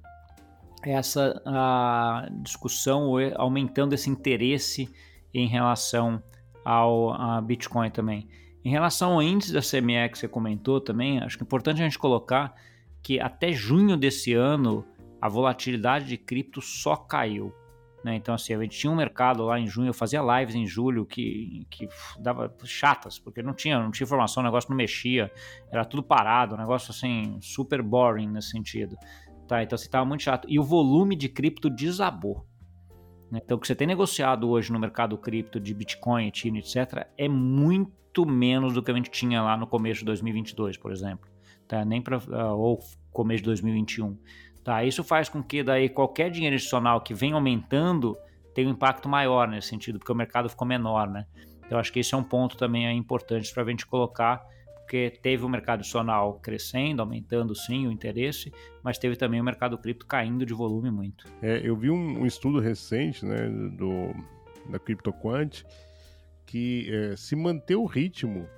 essa uh, discussão, aumentando esse interesse em relação ao uh, Bitcoin também. Em relação ao índice da C M E que você comentou também, acho que é importante a gente colocar que até junho desse ano a volatilidade de cripto só caiu. Né? Então, assim, a gente tinha um mercado lá em junho, eu fazia lives em julho que, que dava chatas, porque não tinha, não tinha informação, o negócio não mexia, era tudo parado, um negócio assim, super boring nesse sentido. Tá? Então, assim, estava muito chato. E o volume de cripto desabou. Então, o que você tem negociado hoje no mercado cripto de Bitcoin, Ethereum, etcétera, é muito menos do que a gente tinha lá no começo de dois mil e vinte e dois, por exemplo. Tá? Nem pra, uh, ou começo de dois mil e vinte e um. Tá? Isso faz com que daí qualquer dinheiro adicional que vem aumentando tenha um impacto maior nesse sentido, porque o mercado ficou menor. Né? Então, acho que esse é um ponto também importante para a gente colocar, porque teve o mercado adicional crescendo, aumentando sim o interesse, mas teve também o mercado cripto caindo de volume muito. É, eu vi um, um estudo recente, né, do, da CryptoQuant, que é, se manter o ritmo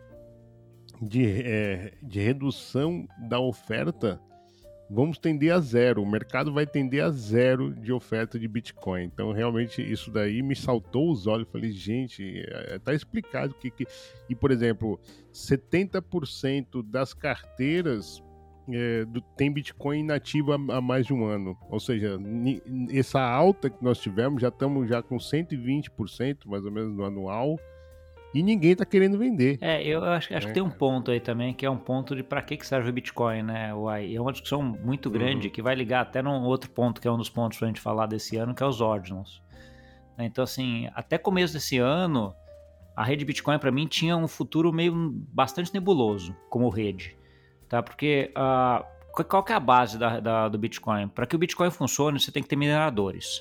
de, é, de redução da oferta, vamos tender a zero. O mercado vai tender a zero de oferta de Bitcoin. Então, realmente, isso daí me saltou os olhos. Falei, gente, tá explicado que... que... E, por exemplo, setenta por cento das carteiras é, do, tem Bitcoin inativo há, há mais de um ano. Ou seja, ni, essa alta que nós tivemos, já estamos já com cento e vinte por cento, mais ou menos, no anual. E ninguém tá querendo vender. É, eu acho, acho é. que tem um ponto aí também, que é um ponto de para que, que serve o Bitcoin, né, Uai? É uma discussão muito grande, uhum. que vai ligar até num outro ponto, que é um dos pontos pra gente falar desse ano, que é os ordinals. Então, assim, até começo desse ano, a rede Bitcoin, para mim, tinha um futuro meio bastante nebuloso, como rede. Tá? Porque uh, qual que é a base da, da, do Bitcoin? Para que o Bitcoin funcione, você tem que ter mineradores.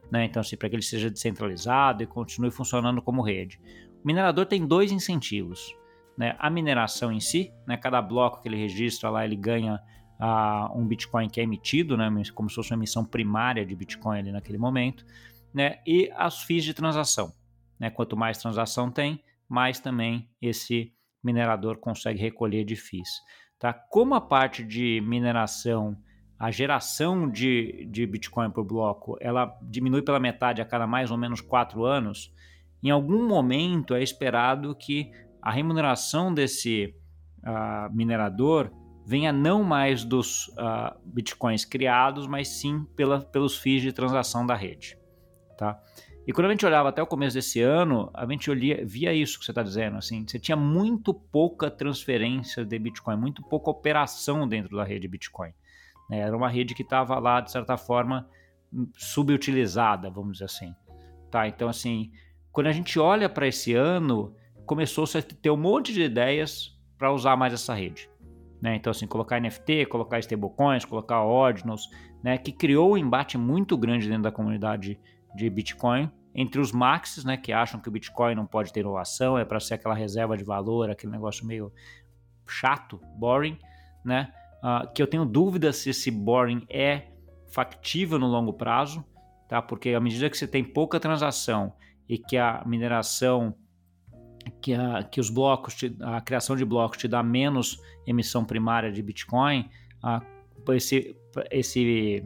né? Então, assim, para que ele seja descentralizado e continue funcionando como rede. O minerador tem dois incentivos, né? A mineração em si, né? Cada bloco que ele registra lá, ele ganha uh, um Bitcoin que é emitido, né? Como se fosse uma emissão primária de Bitcoin ali naquele momento, né? E as fees de transação, né? Quanto mais transação tem, mais também esse minerador consegue recolher de fees, tá? Como a parte de mineração, a geração de, de Bitcoin por bloco, ela diminui pela metade a cada mais ou menos quatro anos, em algum momento é esperado que a remuneração desse uh, minerador venha não mais dos uh, Bitcoins criados, mas sim pela, pelos fees de transação da rede, tá? E quando a gente olhava até o começo desse ano, a gente olhia, via isso que você está dizendo, assim, você tinha muito pouca transferência de Bitcoin, muito pouca operação dentro da rede Bitcoin. Né? Era uma rede que estava lá, de certa forma, subutilizada, vamos dizer assim. Tá, então, assim, quando a gente olha para esse ano, começou-se a ter um monte de ideias para usar mais essa rede. Né? Então, assim, colocar N F T, colocar stablecoins, colocar ordinals, né? Que criou um embate muito grande dentro da comunidade de Bitcoin, entre os maxis, né, que acham que o Bitcoin não pode ter inovação, é para ser aquela reserva de valor, aquele negócio meio chato, boring, né, uh, que eu tenho dúvida se esse boring é factível no longo prazo, tá, porque à medida que você tem pouca transação e que a mineração, que, a, que os blocos, te, a criação de blocos te dá menos emissão primária de Bitcoin, uh, esse, esse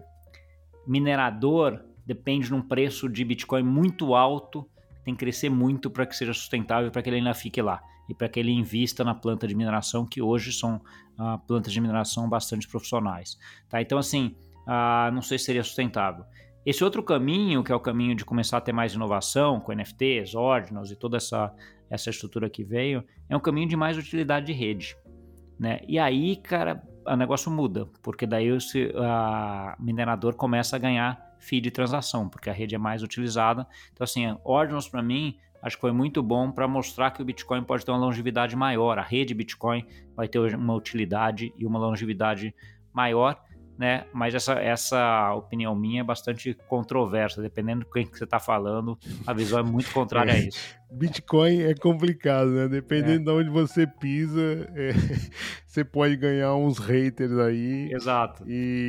minerador depende de um preço de Bitcoin muito alto, tem que crescer muito para que seja sustentável, para que ele ainda fique lá e para que ele invista na planta de mineração, que hoje são uh, plantas de mineração bastante profissionais. Tá? Então, assim, uh, não sei se seria sustentável. Esse outro caminho, que é o caminho de começar a ter mais inovação, com N F Ts, ordinals e toda essa, essa estrutura que veio, é um caminho de mais utilidade de rede. Né? E aí, cara, o negócio muda, porque daí o uh, minerador começa a ganhar fee de transação, porque a rede é mais utilizada. Então, assim, ordinals para mim, acho que foi muito bom para mostrar que o Bitcoin pode ter uma longevidade maior. A rede Bitcoin vai ter uma utilidade e uma longevidade maior, né? Mas essa, essa opinião minha é bastante controversa, dependendo do que você está falando, a visão é muito contrária é, a isso. Bitcoin é complicado, né? Dependendo é. de onde você pisa, é, você pode ganhar uns haters aí. Exato.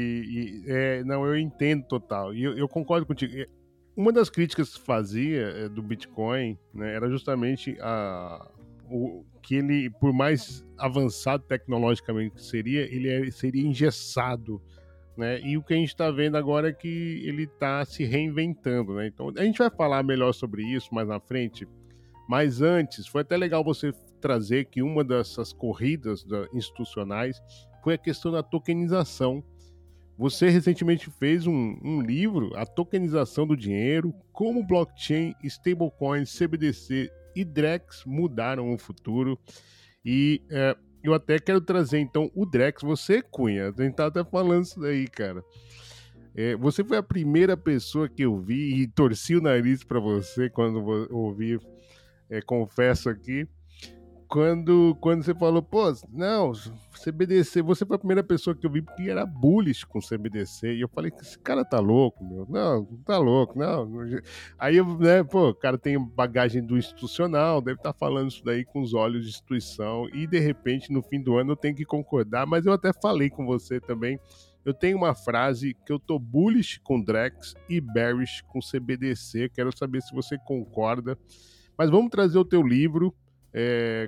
E, e é, não, eu entendo total. E eu, eu concordo contigo. Uma das críticas que se fazia do Bitcoin, né, era justamente a, o, que ele, por mais avançado tecnologicamente que seria, ele é, seria engessado. Né? E o que a gente está vendo agora é que ele está se reinventando, né? Então a gente vai falar melhor sobre isso mais na frente, mas antes foi até legal você trazer que uma dessas corridas da, institucionais foi a questão da tokenização. Você recentemente fez um, um livro, A Tokenização do Dinheiro, como blockchain, stablecoins, C B D C e Drex mudaram o futuro. E é, eu até quero trazer, então, o Drex. Você, Cunha, a gente tá até falando isso daí, cara. É, você foi a primeira pessoa que eu vi e torci o nariz para você quando eu ouvi, é, confesso aqui, quando, quando você falou, pô, não, C B D C, você foi a primeira pessoa que eu vi que era bullish com C B D C, e eu falei que esse cara tá louco, meu, não, tá louco, não, aí, eu, né, pô, o cara tem bagagem do institucional, deve estar tá falando isso daí com os olhos de instituição, e de repente, no fim do ano, eu tenho que concordar, mas eu até falei com você também, eu tenho uma frase que eu tô bullish com Drex e bearish com C B D C, quero saber se você concorda, mas vamos trazer o teu livro. É,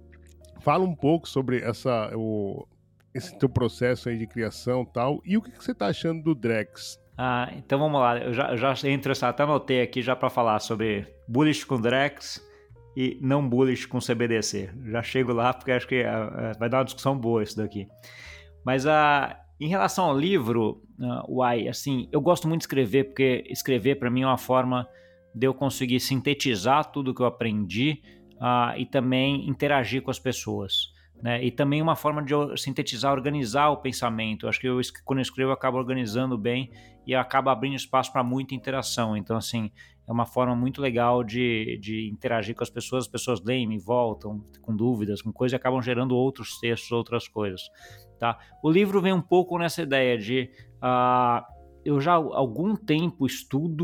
fala um pouco sobre essa, o, esse teu processo aí de criação e tal, e o que, que você está achando do Drex? Ah, então vamos lá, eu já, eu já entro, até anotei aqui já para falar sobre bullish com Drex e não bullish com C B D C. Já chego lá porque acho que uh, vai dar uma discussão boa isso daqui. Mas uh, em relação ao livro, uh, Uai, assim, eu gosto muito de escrever, porque escrever para mim é uma forma de eu conseguir sintetizar tudo que eu aprendi uh, e também interagir com as pessoas. Né? E também uma forma de eu sintetizar, organizar o pensamento. Eu acho que eu, quando eu escrevo eu acabo organizando bem e acaba abrindo espaço para muita interação. Então, assim, é uma forma muito legal de, de interagir com as pessoas. As pessoas leem, me voltam com dúvidas, com coisas e acabam gerando outros textos, outras coisas. Tá? O livro vem um pouco nessa ideia de... Uh, eu já há algum tempo estudo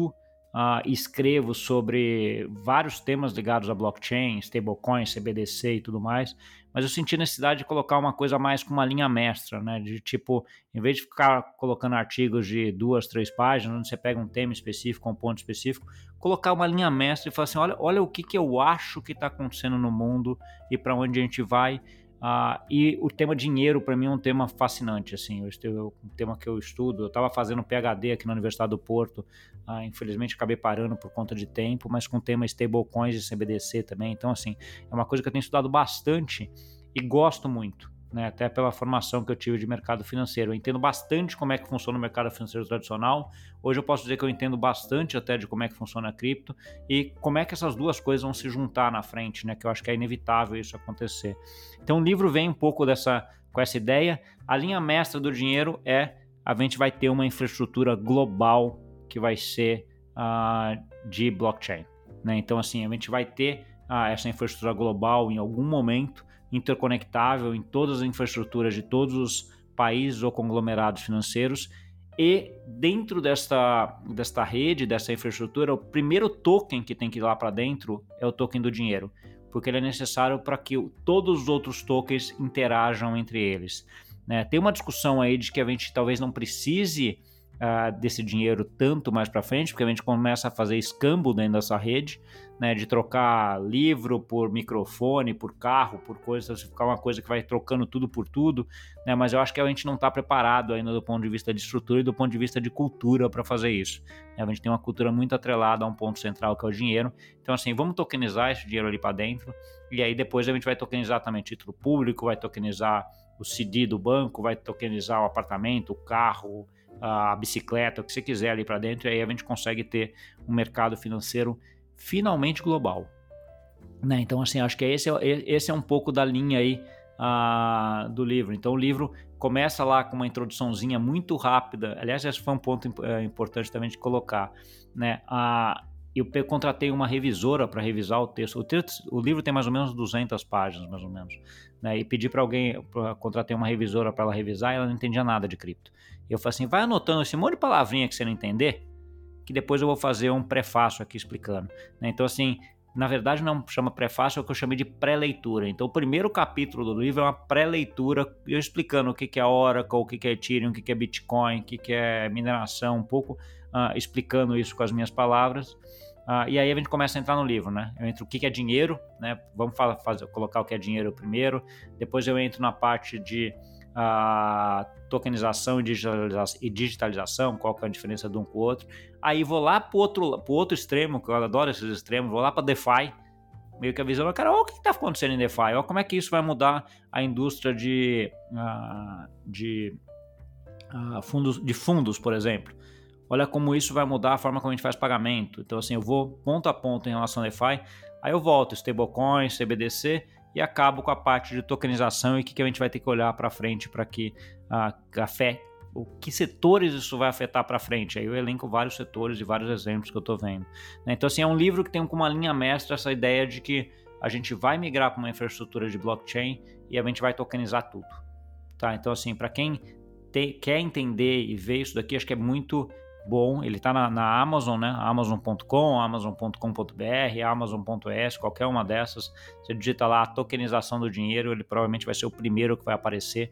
uh, escrevo sobre vários temas ligados a blockchain, stablecoin, C B D C e tudo mais, mas eu senti necessidade de colocar uma coisa mais com uma linha mestra, né? De tipo, em vez de ficar colocando artigos de duas, três páginas, onde você pega um tema específico, um ponto específico, colocar uma linha mestra e falar assim, olha, olha o que, que eu acho que está acontecendo no mundo e para onde a gente vai. Uh, e o tema dinheiro, para mim, é um tema fascinante, assim, eu, eu, um tema que eu estudo. Eu estava fazendo um P H D aqui na Universidade do Porto, uh, infelizmente acabei parando por conta de tempo, mas com o tema stablecoins e C B D C também. Então, assim, é uma coisa que eu tenho estudado bastante e gosto muito, né? Até pela formação que eu tive de mercado financeiro. Eu entendo bastante como é que funciona o mercado financeiro tradicional. Hoje eu posso dizer que eu entendo bastante até de como é que funciona a cripto e como é que essas duas coisas vão se juntar na frente, né? Que eu acho que é inevitável isso acontecer. Então o livro vem um pouco dessa, com essa ideia. A linha mestra do dinheiro é a gente vai ter uma infraestrutura global que vai ser uh, de blockchain, né? Então assim, a gente vai ter uh, essa infraestrutura global em algum momento, interconectável em todas as infraestruturas de todos os países ou conglomerados financeiros, e dentro desta, desta rede, dessa infraestrutura, o primeiro token que tem que ir lá para dentro é o token do dinheiro, porque ele é necessário para que todos os outros tokens interajam entre eles, né? Tem uma discussão aí de que a gente talvez não precise Uh, desse dinheiro tanto mais para frente, porque a gente começa a fazer escambo dentro dessa rede, né, de trocar livro por microfone, por carro, por coisas, ficar uma coisa que vai trocando tudo por tudo, né, mas eu acho que a gente não está preparado ainda do ponto de vista de estrutura e do ponto de vista de cultura para fazer isso, né? A gente tem uma cultura muito atrelada a um ponto central que é o dinheiro. Então assim, vamos tokenizar esse dinheiro ali para dentro, e aí depois a gente vai tokenizar também título público, vai tokenizar o C D do banco, vai tokenizar o apartamento, o carro, a bicicleta, o que você quiser ali para dentro, e aí a gente consegue ter um mercado financeiro finalmente global, né? Então assim, acho que esse é, esse é um pouco da linha aí uh, do livro. Então o livro começa lá com uma introduçãozinha muito rápida. Aliás, esse foi um ponto uh, importante também de colocar, né? Uh, eu contratei uma revisora para revisar o texto. o texto. O livro tem mais ou menos duzentas páginas, mais ou menos, né? E pedi para alguém, pra, contratei uma revisora para ela revisar, e ela não entendia nada de cripto. Eu falei assim, vai anotando esse monte de palavrinha que você não entender, que depois eu vou fazer um prefácio aqui explicando, né? Então assim, na verdade não chama prefácio, é o que eu chamei de pré-leitura. Então o primeiro capítulo do livro é uma pré-leitura, eu explicando o que é Oracle, o que é Ethereum, o que é Bitcoin, o que é mineração, um pouco uh, explicando isso com as minhas palavras. Uh, e aí a gente começa a entrar no livro, né? Eu entro o que é dinheiro, né? Vamos falar, fazer, colocar o que é dinheiro primeiro, depois eu entro na parte de a tokenização e digitalização, e digitalização, qual que é a diferença de um com o outro. Aí vou lá para o outro, pro outro extremo, que eu adoro esses extremos, vou lá para DeFi, meio que avisando, cara, olha o que está acontecendo em DeFi, olha como é que isso vai mudar a indústria de, uh, de, uh, fundos, de fundos, por exemplo. Olha como isso vai mudar a forma como a gente faz pagamento. Então assim, eu vou ponto a ponto em relação a DeFi, aí eu volto, stablecoin, C B D C, e acabo com a parte de tokenização e o que, que a gente vai ter que olhar para frente para que a café, o que setores isso vai afetar para frente. Aí eu elenco vários setores e vários exemplos que eu estou vendo, né? Então assim, é um livro que tem como uma linha mestra essa ideia de que a gente vai migrar para uma infraestrutura de blockchain e a gente vai tokenizar tudo, tá? Então assim, para quem te, quer entender e ver isso daqui, acho que é muito bom. Ele está na, na Amazon, né? amazon ponto com, amazon ponto com ponto b r, amazon ponto e s, qualquer uma dessas. Você digita lá a tokenização do dinheiro, ele provavelmente vai ser o primeiro que vai aparecer.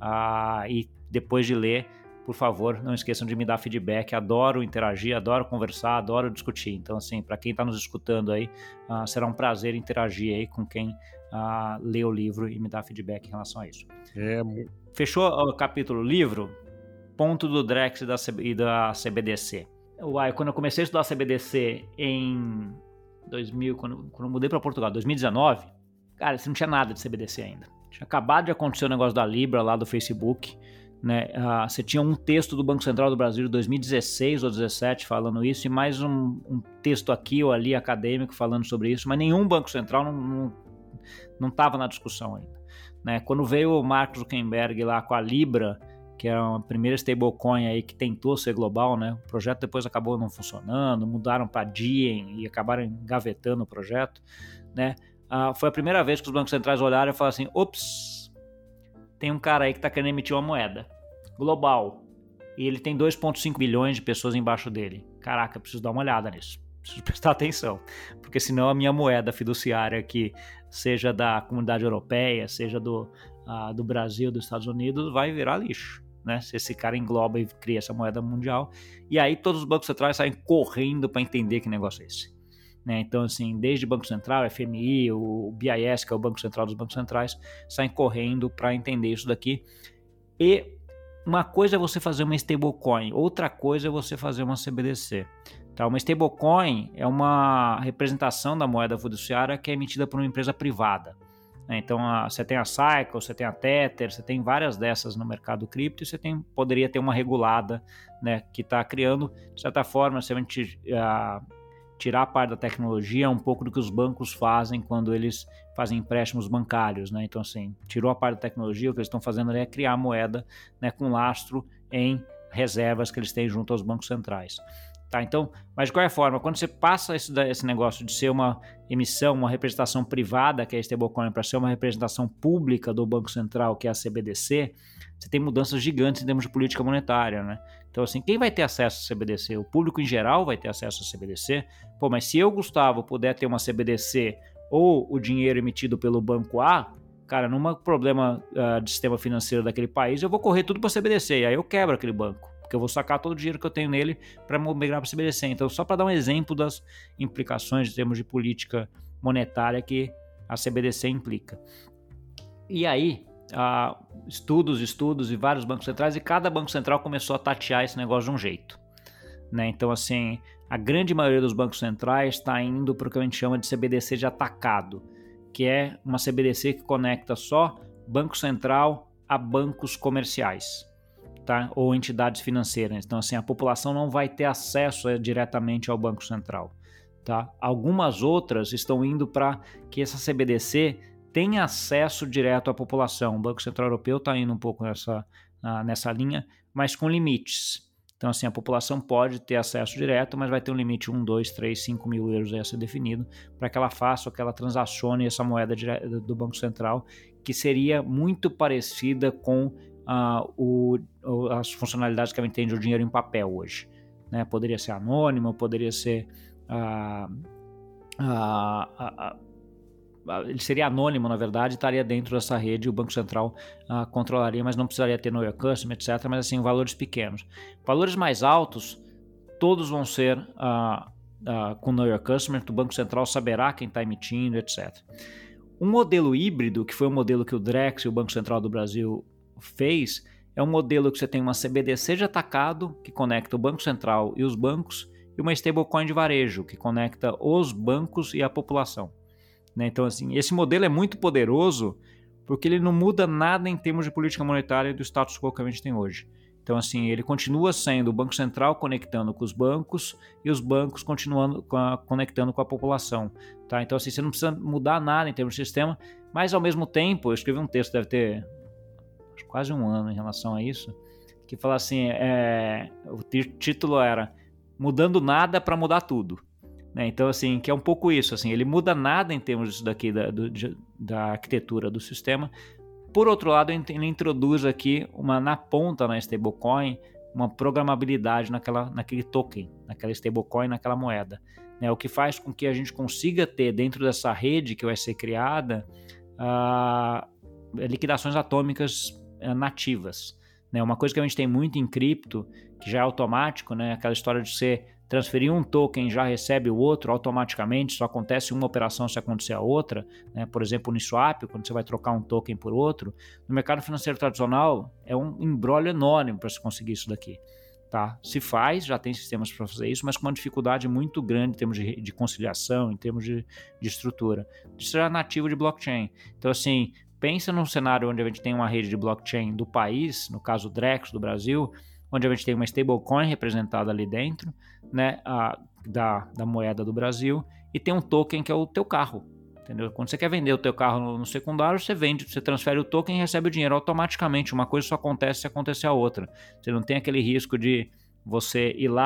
Ah, e depois de ler, por favor, não esqueçam de me dar feedback. Adoro interagir, adoro conversar, adoro discutir. Então, assim, para quem está nos escutando aí, ah, será um prazer interagir aí com quem ah, lê o livro e me dá feedback em relação a isso. É... Fechou o capítulo livro? Ponto do Drex e da, C- e da C B D C. Uai, quando eu comecei a estudar C B D C em dois mil, quando, quando eu mudei para Portugal, dois mil e dezenove, cara, você não tinha nada de C B D C ainda. Tinha acabado de acontecer o negócio da Libra lá do Facebook, né? Uh, você tinha um texto do Banco Central do Brasil de dois mil e dezesseis ou dezessete falando isso, e mais um, um texto aqui ou ali acadêmico falando sobre isso, mas nenhum Banco Central não não estava na discussão ainda, né? Quando veio o Mark Zuckerberg lá com a Libra, que é a primeira stablecoin aí que tentou ser global, né? O projeto depois acabou não funcionando, mudaram para Diem e acabaram engavetando o projeto, né? Ah, foi a primeira vez que os bancos centrais olharam e falaram assim, ops, tem um cara aí que está querendo emitir uma moeda global e ele tem dois vírgula cinco bilhões de pessoas embaixo dele. caraca, preciso dar uma olhada nisso, preciso prestar atenção, porque senão a minha moeda fiduciária aqui, seja da comunidade europeia, seja do, uh, do Brasil, dos Estados Unidos, vai virar lixo, né? Se esse cara engloba e cria essa moeda mundial, e aí todos os bancos centrais saem correndo para entender que negócio é esse. Né? Então, assim, desde o Banco Central, F M I, o B I S, que é o Banco Central dos Bancos Centrais, saem correndo para entender isso daqui. E uma coisa é você fazer uma stablecoin, outra coisa é você fazer uma C B D C. Tá? Uma stablecoin é uma representação da moeda fiduciária que é emitida por uma empresa privada. Né? Então, a, você tem a Cycle, você tem a Tether, você tem várias dessas no mercado cripto e você tem, poderia ter uma regulada, né, que está criando, de certa forma, se a gente uh, tirar a parte da tecnologia, um pouco do que os bancos fazem quando eles fazem empréstimos bancários, né? Então, assim, tirou a parte da tecnologia, o que eles estão fazendo é criar moeda, né, com lastro em reservas que eles têm junto aos bancos centrais. Tá, então, mas de qualquer forma, quando você passa esse, esse negócio de ser uma emissão, uma representação privada, que é a stablecoin, para ser uma representação pública do Banco Central, que é a C B D C, você tem mudanças gigantes em termos de política monetária, né? Então, assim, quem vai ter acesso à C B D C? O público em geral vai ter acesso à C B D C? Pô, mas se eu, Gustavo, puder ter uma C B D C ou o dinheiro emitido pelo Banco A, cara, num problema uh, de sistema financeiro daquele país, eu vou correr tudo para a C B D C, e aí eu quebro aquele banco, porque eu vou sacar todo o dinheiro que eu tenho nele para migrar para a C B D C. Então, só para dar um exemplo das implicações em termos de política monetária que a C B D C implica. E aí, uh, estudos, estudos e vários bancos centrais, e cada banco central começou a tatear esse negócio de um jeito. Né? Então, assim, a grande maioria dos bancos centrais está indo para o que a gente chama de C B D C de atacado, que é uma C B D C que conecta só Banco Central a bancos comerciais. Tá? Ou entidades financeiras. Então, assim, a população não vai ter acesso é, diretamente ao Banco Central. Tá? Algumas outras estão indo para que essa C B D C tenha acesso direto à população. O Banco Central Europeu está indo um pouco nessa, uh, nessa linha, mas com limites. Então, assim, a população pode ter acesso direto, mas vai ter um limite um, dois, três, cinco mil euros a ser definido para que ela faça ou que ela transacione essa moeda do Banco Central, que seria muito parecida com Uh, o, o, as funcionalidades que a gente tem do dinheiro em papel hoje. Né? Poderia ser anônimo, poderia ser... Uh, uh, uh, uh, ele seria anônimo, na verdade, estaria dentro dessa rede, o Banco Central uh, controlaria, mas não precisaria ter Know Your Customer, etcétera. Mas assim, valores pequenos. Valores mais altos, todos vão ser uh, uh, com Know Your Customer, que o Banco Central saberá quem está emitindo, etcétera. Um modelo híbrido, que foi o modelo que o Drex e o Banco Central do Brasil fez, é um modelo que você tem uma C B D C de atacado, que conecta o Banco Central e os bancos, e uma stablecoin de varejo, que conecta os bancos e a população. Né? Então, assim, esse modelo é muito poderoso, porque ele não muda nada em termos de política monetária do status quo que a gente tem hoje. Então, assim, ele continua sendo o Banco Central conectando com os bancos e os bancos continuando com a, conectando com a população. Tá? Então, assim, você não precisa mudar nada em termos de sistema, mas, ao mesmo tempo, eu escrevi um texto, deve ter quase um ano em relação a isso, que fala assim, é, o título era Mudando Nada para Mudar Tudo. Né? Então, assim, que é um pouco isso, assim, ele muda nada em termos disso daqui da, do, da arquitetura do sistema. Por outro lado, ele introduz aqui, uma, na ponta na stablecoin, uma programabilidade naquela, naquele token, naquela stablecoin, naquela moeda. Né? O que faz com que a gente consiga ter dentro dessa rede que vai ser criada uh, liquidações atômicas nativas. Né? Uma coisa que a gente tem muito em cripto, que já é automático, né? Aquela história de você transferir um token, já recebe o outro automaticamente, só acontece uma operação se acontecer a outra, né? Por exemplo, no Uniswap, quando você vai trocar um token por outro, no mercado financeiro tradicional é um embrólio enorme para se conseguir isso daqui. Tá? Se faz, já tem sistemas para fazer isso, mas com uma dificuldade muito grande em termos de, de conciliação, em termos de, de estrutura. Isso é nativo de blockchain. Então, assim, pensa num cenário onde a gente tem uma rede de blockchain do país, no caso o Drex do Brasil, onde a gente tem uma stablecoin representada ali dentro, né, a, da, da moeda do Brasil, e tem um token que é o teu carro. Entendeu? Quando você quer vender o teu carro no, no secundário, você vende, você transfere o token e recebe o dinheiro automaticamente. Uma coisa só acontece se acontecer a outra. Você não tem aquele risco de você ir lá,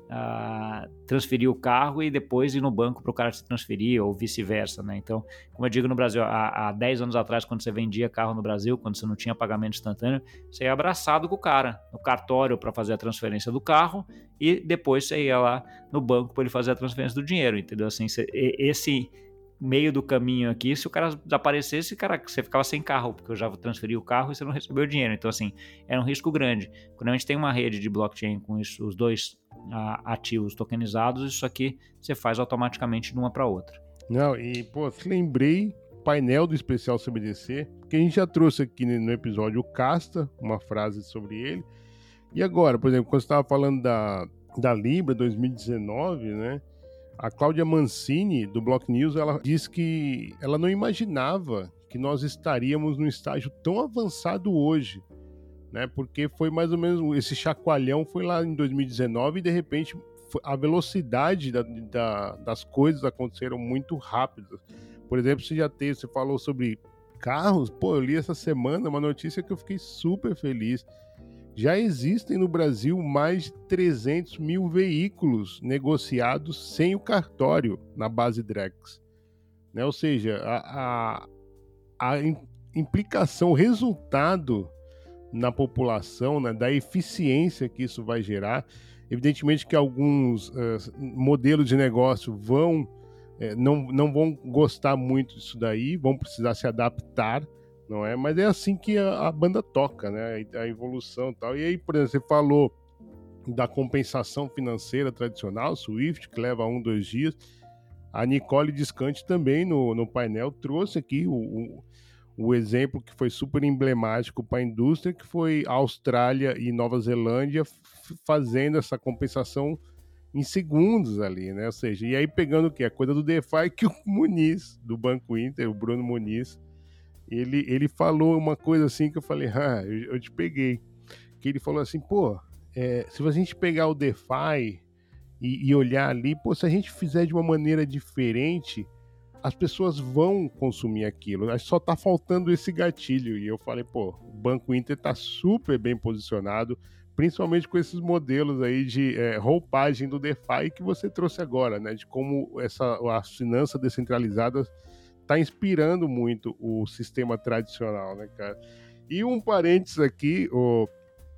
uh, transferir o carro e depois ir no banco para o cara se transferir ou vice-versa, né? Então, como eu digo no Brasil, há, há dez anos atrás, quando você vendia carro no Brasil, quando você não tinha pagamento instantâneo, você ia abraçado com o cara no cartório para fazer a transferência do carro e depois você ia lá no banco para ele fazer a transferência do dinheiro, entendeu? Assim, você, esse meio do caminho aqui, se o cara desaparecesse, cara, você ficava sem carro, porque eu já transferi o carro e você não recebeu o dinheiro. Então, assim, era um risco grande. Quando a gente tem uma rede de blockchain com isso, os dois uh, ativos tokenizados, isso aqui você faz automaticamente de uma para outra. Não, e, pô, lembrei painel do especial C B D C, que a gente já trouxe aqui no episódio o Casta, uma frase sobre ele. E agora, por exemplo, quando você estava falando da, da Libra dois mil e dezenove, né? A Cláudia Mancini, do Block News, ela diz que ela não imaginava que nós estaríamos num estágio tão avançado hoje, né? Porque foi mais ou menos, esse chacoalhão foi lá em dois mil e dezenove e, de repente, a velocidade da, da, das coisas aconteceram muito rápido. Por exemplo, você já teve, você falou sobre carros, pô, eu li essa semana uma notícia que eu fiquei super feliz. Já existem no Brasil mais de trezentos mil veículos negociados sem o cartório na base Drex. Né? Ou seja, a, a, a implicação, o resultado na população, né, da eficiência que isso vai gerar. Evidentemente que alguns uh, modelos de negócio vão, uh, não, não vão gostar muito disso daí, vão precisar se adaptar, não é? Mas é assim que a, a banda toca, né? A evolução e tal. E aí, por exemplo, você falou da compensação financeira tradicional, Swift, que leva um, dois dias. A Nicole Descante também no, no painel trouxe aqui o, o, o exemplo que foi super emblemático para a indústria, que foi a Austrália e Nova Zelândia f- fazendo essa compensação em segundos ali, né? Ou seja, e aí pegando o quê? A coisa do DeFi que o Muniz, do Banco Inter, o Bruno Muniz, Ele, ele falou uma coisa assim que eu falei, ah, eu, eu te peguei. Que ele falou assim, pô, é, se a gente pegar o DeFi e, e olhar ali, pô, se a gente fizer de uma maneira diferente, as pessoas vão consumir aquilo. Só tá faltando esse gatilho. E eu falei, pô, o Banco Inter tá super bem posicionado, principalmente com esses modelos aí de é, roupagem do DeFi que você trouxe agora, né? De como essa, as finanças descentralizadas tá inspirando muito o sistema tradicional, né, cara? E um parênteses aqui, o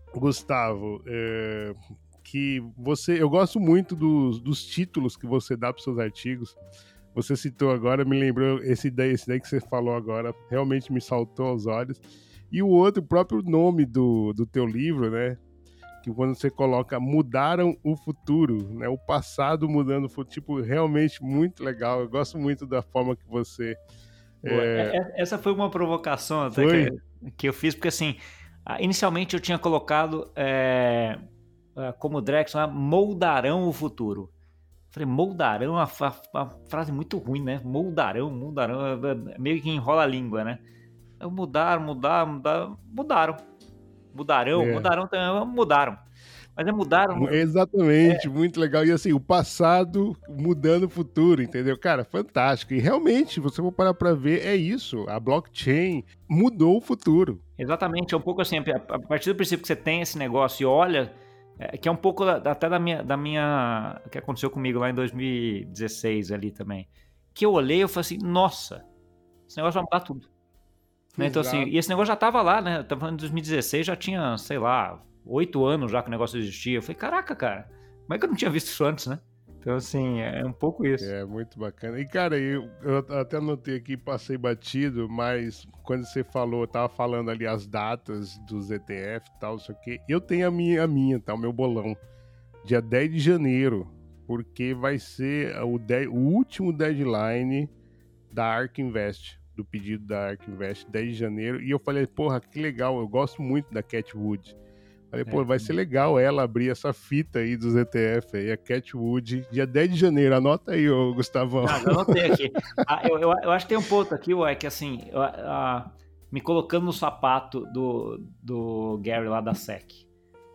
Gustavo, é, que você, eu gosto muito dos, dos títulos que você dá para os seus artigos. Você citou agora, me lembrou esse daí, esse daí que você falou agora, realmente me saltou aos olhos. E o outro, o próprio nome do, do teu livro, né? Que quando você coloca mudaram o futuro, né? O passado mudando o futuro, tipo, realmente muito legal. Eu gosto muito da forma que você... Boa. É... Essa foi uma provocação até que, que eu fiz, porque assim, inicialmente eu tinha colocado é, como Drex, moldarão o futuro. Falei, moldarão, uma, uma frase muito ruim, né? Moldarão, moldarão, meio que enrola a língua, né? Mudaram, mudaram, mudaram, mudaram. Mudarão, é. mudarão também, mudaram. Mas é mudaram. Exatamente, é. Muito legal. E assim, o passado mudando o futuro, entendeu? Cara, fantástico. E realmente, se você for parar pra ver, é isso. A blockchain mudou o futuro. Exatamente, é um pouco assim, a partir do princípio que você tem esse negócio e olha, é, que é um pouco da, até da minha, da minha, que aconteceu comigo lá em dois mil e dezesseis ali também. Que eu olhei e eu falei assim, nossa, esse negócio vai mudar tudo. Né? Então, assim, e esse negócio já tava lá, né? Tava falando em dois mil e dezesseis, já tinha, sei lá, oito anos já que o negócio existia. Eu falei, caraca, cara, como é que eu não tinha visto isso antes, né? Então, assim, é um pouco isso. É, muito bacana. E, cara, eu, eu até anotei aqui, passei batido, mas quando você falou, eu tava falando ali as datas dos E T F e tal, isso aqui. Eu tenho a minha, a minha, tá? O meu bolão. Dia dez de janeiro, porque vai ser o, de, o último deadline da ARK Invest. Do pedido da ARK Invest, dez de janeiro, e eu falei, porra, que legal, eu gosto muito da Cathie Wood. Falei, pô, é, vai ser legal ela abrir essa fita aí dos E T F aí, a Cathie Wood, dia dez de janeiro, anota aí, ô Gustavão. Ah, eu anotei aqui. ah, eu, eu, eu acho que tem um ponto aqui, ué, que assim, eu, ah, me colocando no sapato do, do Gary lá da S E C.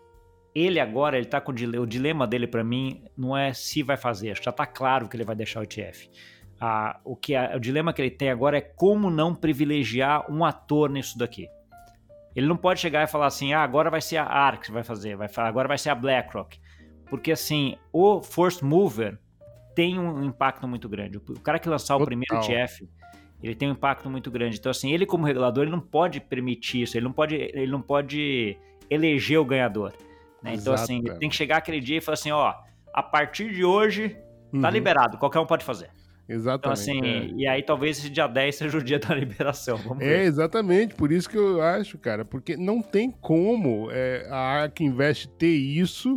Ele agora, ele tá com o dilema, o dilema dele pra mim não é se vai fazer, já tá claro que ele vai deixar o E T F. Ah, o, que a, o dilema que ele tem agora é como não privilegiar um ator nisso daqui. Ele não pode chegar e falar assim, ah, agora vai ser a ARK que vai fazer, vai, agora vai ser a BlackRock. porque assim, o first mover tem um impacto muito grande. O cara que lançar Total. o primeiro E T F, ele tem um impacto muito grande. Então assim, ele como regulador, ele não pode permitir isso, ele não pode, ele não pode eleger o ganhador. Né? Então Exato, assim, ele cara. tem que chegar aquele dia e falar assim, ó, a partir de hoje tá Uhum. liberado, qualquer um pode fazer. Exatamente. Então assim, é. e aí talvez esse dia dez seja o dia da liberação, vamos É, ver. exatamente, por isso que eu acho, cara, porque não tem como é, a Ark Invest ter isso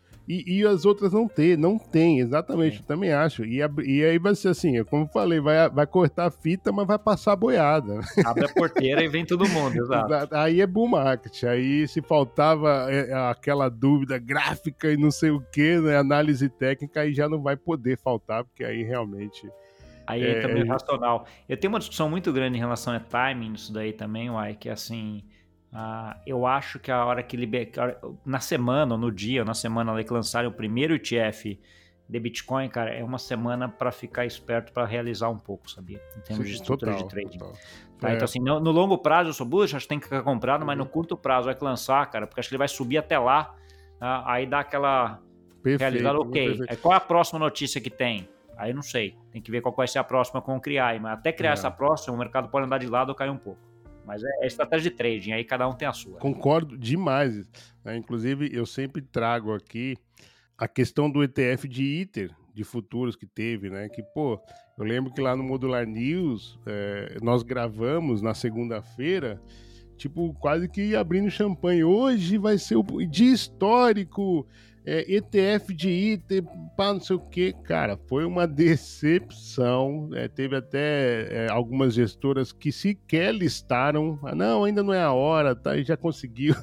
e, e as outras não ter, não tem, exatamente, Sim. eu também acho. E, a- e aí vai ser assim, como eu falei, vai, vai cortar a fita, mas vai passar a boiada. Abre a porteira e vem todo mundo, exato. Exato. Aí é bull market, aí se faltava é, aquela dúvida gráfica e não sei o que, né, análise técnica, aí já não vai poder faltar, porque aí realmente... Aí É, entra meio é- racional. Eu tenho uma discussão muito grande em relação a timing nisso daí também, uai, que assim, ah, eu acho que a hora que liber... na semana, ou no dia, ou na semana lá que lançarem o primeiro E T F de Bitcoin, cara, é uma semana para ficar esperto para realizar um pouco, sabia? Em termos Sim, de estrutura total, de trading. total. Tá, É. então assim, no, no longo prazo eu sou bullish, acho que tem que ficar comprado, mas no curto prazo vai que lançar, cara, porque acho que ele vai subir até lá, tá? Aí dá aquela Perfeito, realizada, ok. perfeito. Aí qual é a próxima notícia que tem? Aí não sei, tem que ver qual vai ser a próxima com o criar, mas até criar É. essa próxima, o mercado pode andar de lado ou cair um pouco. Mas é, é estratégia de trading, aí cada um tem a sua. Concordo demais. Né? Inclusive, eu sempre trago aqui a questão do E T F de Ether, de futuros que teve, né? Que, pô, eu lembro que lá no Modular News, é, nós gravamos na segunda-feira, tipo, quase que abrindo champanhe. Hoje vai ser o dia histórico, é, E T F de Ether, pá, não sei o que. Cara, foi uma decepção. É, teve até é, algumas gestoras que sequer listaram. Ah, não, ainda não é a hora, tá? E já conseguiu,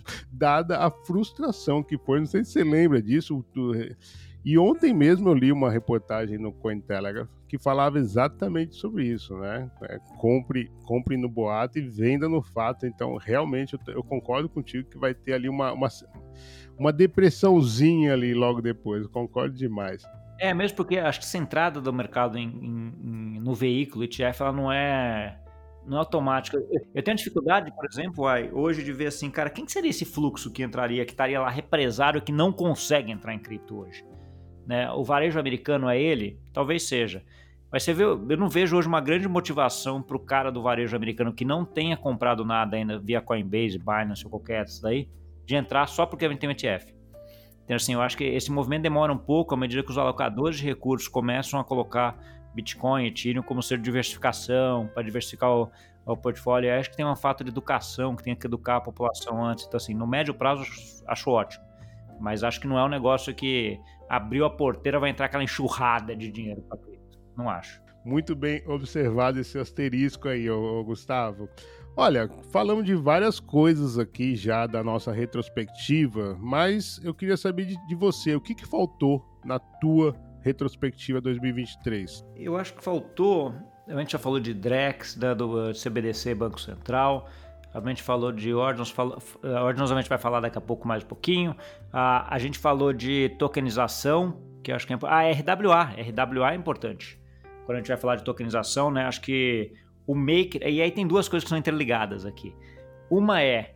dada a frustração que foi. Não sei se você lembra disso. Tu, e ontem mesmo eu li uma reportagem no Cointelegraph que falava exatamente sobre isso, né? É, compre, compre no boato e venda no fato. Então, realmente, eu, eu concordo contigo que vai ter ali uma, uma, uma depressãozinha ali logo depois. Eu concordo demais. É, mesmo porque acho que essa entrada do mercado em, em, em, no veículo E T F, ela não é, não é automática. Eu, eu tenho dificuldade, por exemplo, uai, hoje de ver assim, cara, quem seria esse fluxo que entraria, que estaria lá represário, que não consegue entrar em cripto hoje? Né? O varejo americano é ele? Talvez seja. Mas você vê, eu não vejo hoje uma grande motivação para o cara do varejo americano que não tenha comprado nada ainda via Coinbase, Binance ou qualquer disso daí, de entrar só porque tem um E T F. Então, assim, eu acho que esse movimento demora um pouco à medida que os alocadores de recursos começam a colocar Bitcoin e Ethereum como ser diversificação, para diversificar o, o portfólio. Eu acho que tem um fato de educação, que tem que educar a população antes. Então, assim, no médio prazo, acho ótimo. Mas acho que não é um negócio que abriu a porteira, vai entrar aquela enxurrada de dinheiro para cripto. Não acho. Muito bem observado esse asterisco aí, ô, ô, Gustavo. Olha, falamos de várias coisas aqui já da nossa retrospectiva, mas eu queria saber de, de você, o que, que faltou na tua retrospectiva dois mil e vinte e três? Eu acho que faltou, a gente já falou de Drex, né, do C B D C, Banco Central, a gente falou de Ordinals, Ordinals a gente vai falar daqui a pouco mais um pouquinho, a, a gente falou de tokenização, que acho que é ah, R W A, R W A é importante, quando a gente vai falar de tokenização, né, acho que o Maker, e aí tem duas coisas que são interligadas aqui. Uma é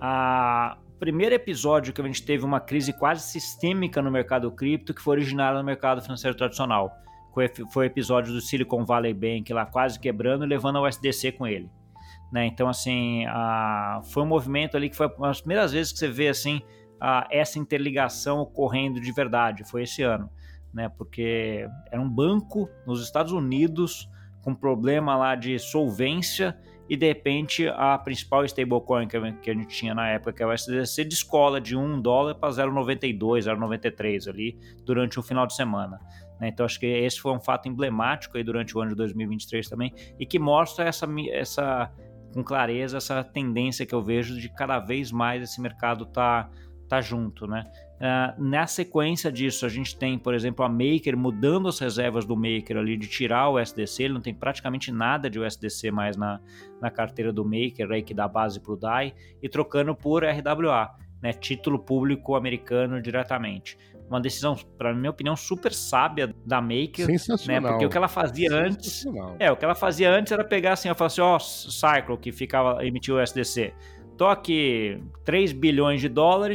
a primeiro episódio que a gente teve uma crise quase sistêmica no mercado cripto que foi originada no mercado financeiro tradicional. Foi, foi o episódio do Silicon Valley Bank lá quase quebrando e levando o U S D C com ele. Né? Então, assim, a, foi um movimento ali que foi uma das primeiras vezes que você vê assim, a, essa interligação ocorrendo de verdade. Foi esse ano. Né? Porque era um banco nos Estados Unidos com problema lá de solvência e de repente a principal stablecoin que a gente tinha na época, que é o U S D C, descola de um dólar para zero vírgula noventa e dois, zero vírgula noventa e três ali durante um final de semana. Né? Então acho que esse foi um fato emblemático aí durante o ano de dois mil e vinte e três também e que mostra essa, essa com clareza essa tendência que eu vejo de cada vez mais esse mercado tá, tá junto, né? Uh, na sequência disso, a gente tem, por exemplo, a Maker mudando as reservas do Maker ali, de tirar o U S D C, ele não tem praticamente nada de U S D C mais na, na carteira do Maker, aí, que dá base para o D A I, e trocando por R W A, né, título público americano diretamente. Uma decisão, para minha opinião, super sábia da Maker, Sensacional. né, porque o que ela fazia antes, é, o que ela fazia antes era pegar assim, eu falava assim, ó, oh, Cycle, que ficava, emitiu o U S D C, tô aqui três bilhões de dólares,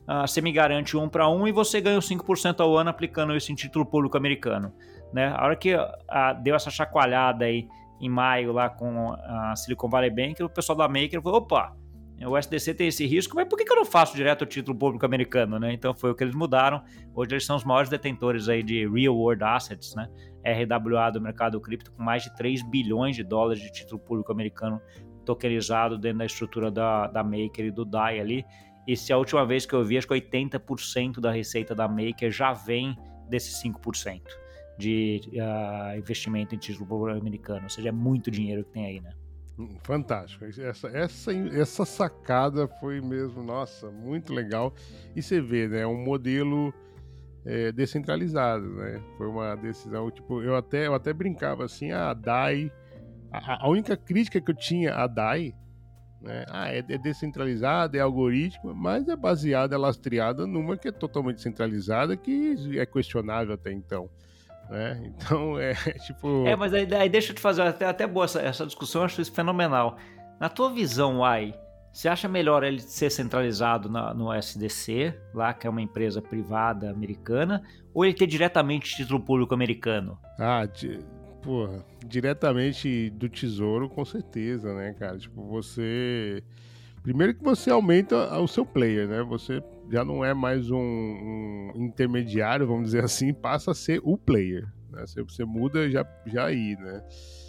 uh, você me garante um para um e você ganha os cinco por cento ao ano aplicando isso em título público americano. Né? A hora que uh, deu essa chacoalhada aí em maio lá com a Silicon Valley Bank, o pessoal da Maker falou, opa, o S D C tem esse risco, mas por que, que eu não faço direto o título público americano, né? Então foi o que eles mudaram. Hoje eles são os maiores detentores aí de Real World Assets, né? R W A do mercado cripto, com mais de três bilhões de dólares de título público americano tokenizado dentro da estrutura da, da Maker e do D A I ali. E se a última vez que eu vi, acho que oitenta por cento da receita da Maker já vem desses cinco por cento de uh, investimento em título público americano. Ou seja, é muito dinheiro que tem aí, né? Fantástico. Essa, essa, essa sacada foi mesmo, nossa, muito legal. E você vê, né, um modelo é, descentralizado, né? Foi uma decisão, tipo, eu até, eu até brincava assim, a D A I, a, a única crítica que eu tinha à D A I, né, ah, é, é descentralizada, é algoritmo, mas é baseada, é lastreada numa que é totalmente centralizada, que é questionável até então. Né? Então é tipo. É, mas aí, aí deixa eu te fazer até, até boa essa, essa discussão, eu acho isso fenomenal. Na tua visão, Uai, você acha melhor ele ser centralizado na, no S D C, lá que é uma empresa privada americana, ou ele ter diretamente título público americano? Ah, di... porra, diretamente do Tesouro, com certeza, né, cara? Tipo, você. Primeiro que você aumenta o seu player, né? Você já não é mais um, um intermediário, vamos dizer assim, passa a ser o player, né? Você, você muda já, já aí, né?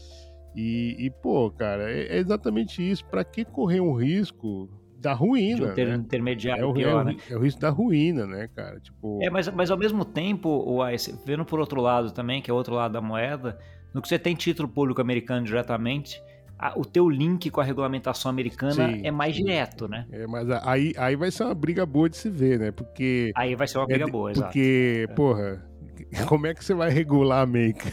E, e pô, cara, é, é exatamente isso. Pra que correr um risco da ruína, de um né? intermediário é o, pior, é, o, né? é o risco da ruína, né, cara? Tipo... É, mas, mas ao mesmo tempo, Uai, vendo por outro lado também, que é o outro lado da moeda, no que você tem título público americano diretamente, o teu link com a regulamentação americana sim, é mais sim, direto, né? É, mas aí, aí vai ser uma briga boa de se ver, né? Porque... Aí vai ser uma briga é, boa, porque, exato. Porque, porra, como é que você vai regular a Maker?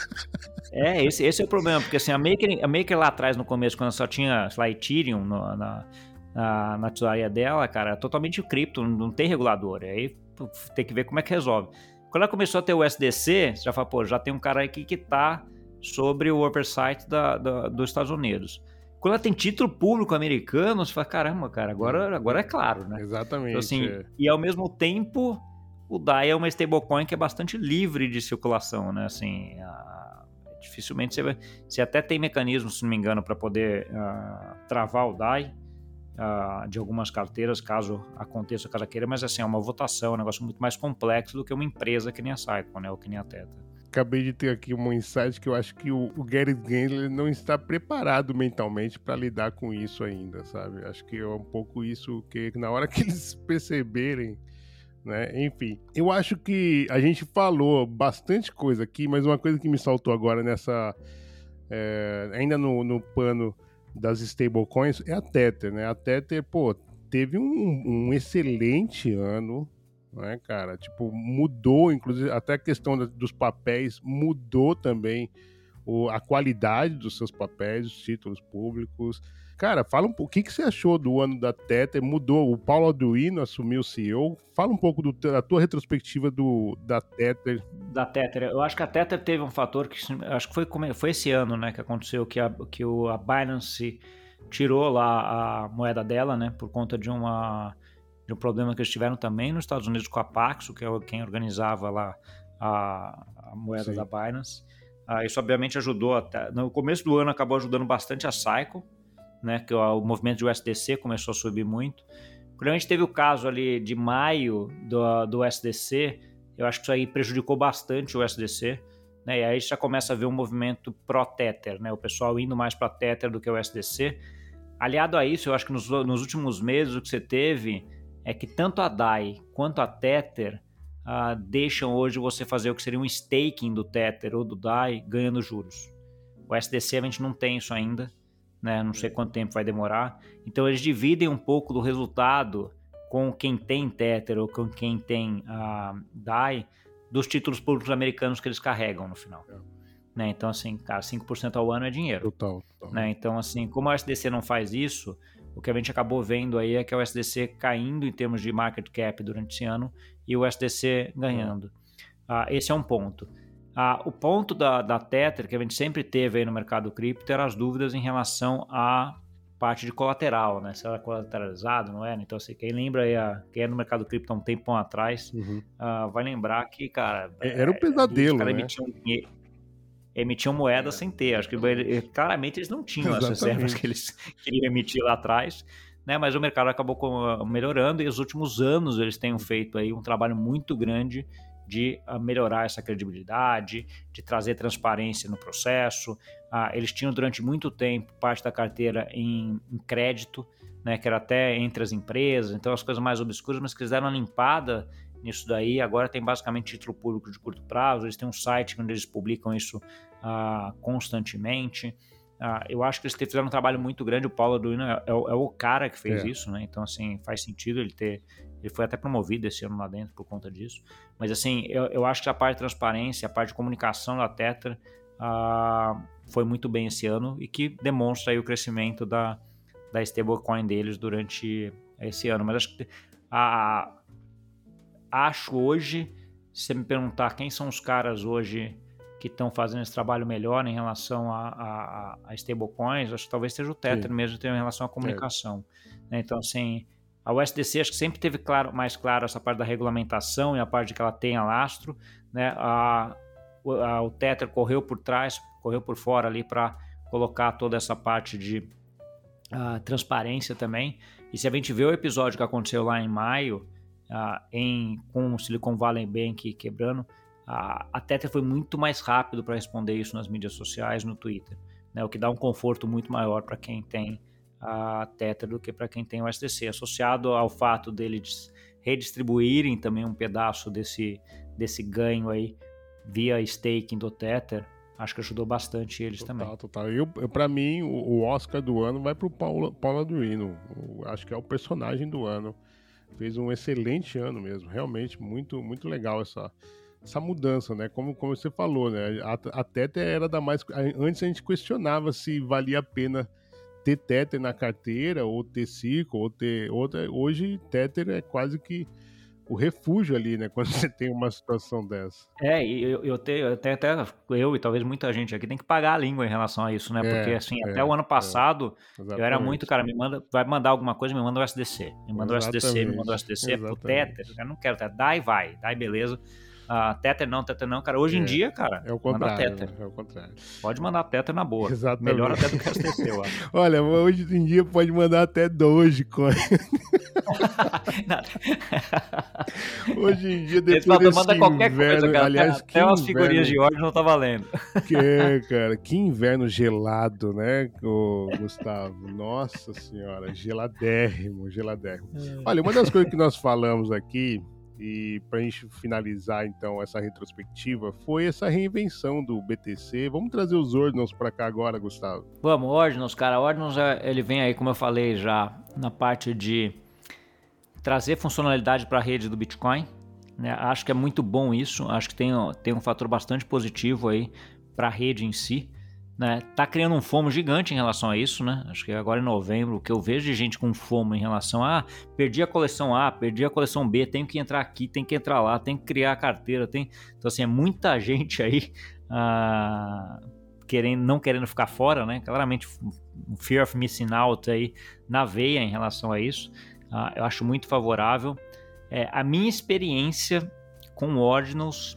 É, esse, esse é o problema, porque assim, a Maker, a Maker lá atrás, no começo, quando só tinha, sei lá, Ethereum no, na, na, na tesouraria dela, cara, totalmente cripto, não tem regulador. Aí tem que ver como é que resolve. Quando ela começou a ter o S D C, você já fala, pô, já tem um cara aqui que tá sobre o oversight da, da, dos Estados Unidos. Quando ela tem título público americano, você fala, caramba, cara, agora, agora é claro, né? Exatamente. Então, assim, é. E ao mesmo tempo, o D A I é uma stablecoin que é bastante livre de circulação, né? Assim, a, dificilmente você vai... Você até tem mecanismos, se não me engano, para poder uh, travar o D A I uh, de algumas carteiras, caso aconteça, caso queira, mas assim, é uma votação, é um negócio muito mais complexo do que uma empresa que nem a Cycle, né? Ou que nem a Tether. Acabei de ter aqui um insight que eu acho que o, o Gary Gensler não está preparado mentalmente para lidar com isso ainda, sabe? Acho que é um pouco isso que na hora que eles perceberem, né? Enfim, eu acho que a gente falou bastante coisa aqui, mas uma coisa que me saltou agora nessa, é, ainda no, no pano das stablecoins é a Tether, né? A Tether, pô, teve um, um excelente ano, né, cara? Tipo, mudou, inclusive, até a questão dos papéis mudou também o, a qualidade dos seus papéis, os títulos públicos. Cara, fala um pouco, o que, que você achou do ano da Tether? Mudou, o Paulo Arduino assumiu o C E O. Fala um pouco do, da tua retrospectiva do, da Tether. Da Tether, eu acho que a Tether teve um fator que, acho que foi, foi esse ano, né, que aconteceu, que a, que o, a Binance tirou lá a moeda dela, né, por conta de uma... de um problema que eles tiveram também nos Estados Unidos com a Paxos, que é quem organizava lá a, a moeda Sim. da Binance. Ah, isso obviamente ajudou, até, no começo do ano acabou ajudando bastante a Cycle, né, que o, o movimento de U S D C começou a subir muito. Quando a gente teve o caso ali de maio do, do U S D C, eu acho que isso aí prejudicou bastante o U S D C, né, e aí já começa a ver um movimento pró-Tether, né, o pessoal indo mais para Tether do que o U S D C. Aliado a isso, eu acho que nos, nos últimos meses o que você teve é que tanto a D A I quanto a Tether uh, deixam hoje você fazer o que seria um staking do Tether ou do D A I ganhando juros. O S D C a gente não tem isso ainda, né? Não sei quanto tempo vai demorar. Então eles dividem um pouco do resultado com quem tem Tether ou com quem tem uh, D A I dos títulos públicos americanos que eles carregam no final. É. Né? Então assim, cara, cinco por cento ao ano é dinheiro. Total. total. Né? Então assim, como o S D C não faz isso, o que a gente acabou vendo aí é que o S D C caindo em termos de market cap durante esse ano e o S D C ganhando. Ah, esse é um ponto. Ah, o ponto da, da Tether, que a gente sempre teve aí no mercado cripto, era as dúvidas em relação a parte de colateral, né? Se era colateralizado, não era? Então, assim, quem lembra aí, a, quem é no mercado cripto há um tempão atrás, uhum. uh, vai lembrar que, cara... Era um pesadelo, os caras né? emitiam, emitiam moeda é. sem ter. Acho que claramente eles não tinham as reservas que eles queriam emitir lá atrás, né? Mas o mercado acabou melhorando e os últimos anos eles têm feito aí um trabalho muito grande de uh, melhorar essa credibilidade, de trazer transparência no processo. Uh, eles tinham durante muito tempo parte da carteira em, em crédito, né, que era até entre as empresas, então as coisas mais obscuras, mas que eles deram uma limpada nisso daí. Agora tem basicamente título público de curto prazo, eles têm um site onde eles publicam isso uh, constantemente. Uh, eu acho que eles fizeram um trabalho muito grande. O Paulo Arduino é, é, é o cara que fez é. isso, né? Então, assim, faz sentido ele ter... Ele foi até promovido esse ano lá dentro por conta disso. Mas, assim, eu, eu acho que a parte de transparência, a parte de comunicação da Tether uh, foi muito bem esse ano e que demonstra aí o crescimento da, da stablecoin deles durante esse ano. Mas acho que... A, acho hoje, se você me perguntar quem são os caras hoje que estão fazendo esse trabalho melhor em relação a, a, a stablecoins, acho que talvez seja o Tether Sim. mesmo em relação à comunicação. É. Né? Então, assim, a U S D C acho que sempre teve claro, mais claro essa parte da regulamentação e a parte de que ela tenha lastro, né? a, a, o Tether correu por trás, correu por fora ali para colocar toda essa parte de a, transparência também. E se a gente vê o episódio que aconteceu lá em maio, a, em, com o Silicon Valley Bank quebrando, a Tether foi muito mais rápido para responder isso nas mídias sociais, no Twitter, né? O que dá um conforto muito maior para quem tem a Tether do que para quem tem o U S D C, associado ao fato deles redistribuírem também um pedaço desse, desse ganho aí via staking do Tether. Acho que ajudou bastante eles total, também. Total, eu, eu, para mim, o, o Oscar do ano vai para o Paulo, Paulo Arduino. O, acho que é o personagem do ano. Fez um excelente ano mesmo, realmente muito, muito legal essa... essa mudança, né? Como, como você falou, né? A, a Tether era da mais... Antes a gente questionava se valia a pena ter Tether na carteira, ou ter Circle, ou ter outra. Hoje, Tether é quase que o refúgio ali, né? Quando você tem uma situação dessa. É, e eu, eu, tenho, eu tenho até... Eu e talvez muita gente aqui tem que pagar a língua em relação a isso, né? É, Porque, assim, é, até o ano passado, é, eu era muito, cara, me manda, vai mandar alguma coisa, me manda o U S D C. Me manda o U S D C, me manda o U S D C pro Tether. Eu não quero Tether. Dá e vai. Dá e beleza. Uh, Tether não, Tether não, cara. Hoje é, em dia, cara, é o contrário, manda Tether. Né? É o contrário. Pode mandar Tether na boa. Exatamente. Melhor até do que o U S D C, eu acho. Olha, hoje em dia pode mandar até Dogecoin. Hoje em dia, depois Eles desse manda qualquer inverno, coisa, cara. aliás, até, que até umas inverno, figurinhas de ordem não tá valendo. Que é, cara, que inverno gelado, né, ô, Gustavo? Nossa senhora, geladérrimo, geladérrimo. Olha, uma das coisas que nós falamos aqui, e para a gente finalizar, então, essa retrospectiva, foi essa reinvenção do B T C. Vamos trazer os Ordinals para cá agora, Gustavo? Vamos, Ordinals, cara. Ordinals, ele vem aí, como eu falei já, na parte de trazer funcionalidade para a rede do Bitcoin. Né? Acho que é muito bom isso. Acho que tem, tem um fator bastante positivo aí para a rede em si. Né? Tá criando um FOMO gigante em relação a isso, né? Acho que agora em novembro, o que eu vejo de gente com FOMO em relação a ah, perdi a coleção A, perdi a coleção B, tenho que entrar aqui, tenho que entrar lá, tenho que criar a carteira, tem... Então, assim, é muita gente aí ah, querendo, não querendo ficar fora, né? Claramente um fear of missing out aí na veia em relação a isso. Ah, eu acho muito favorável. É, a minha experiência com Ordinals...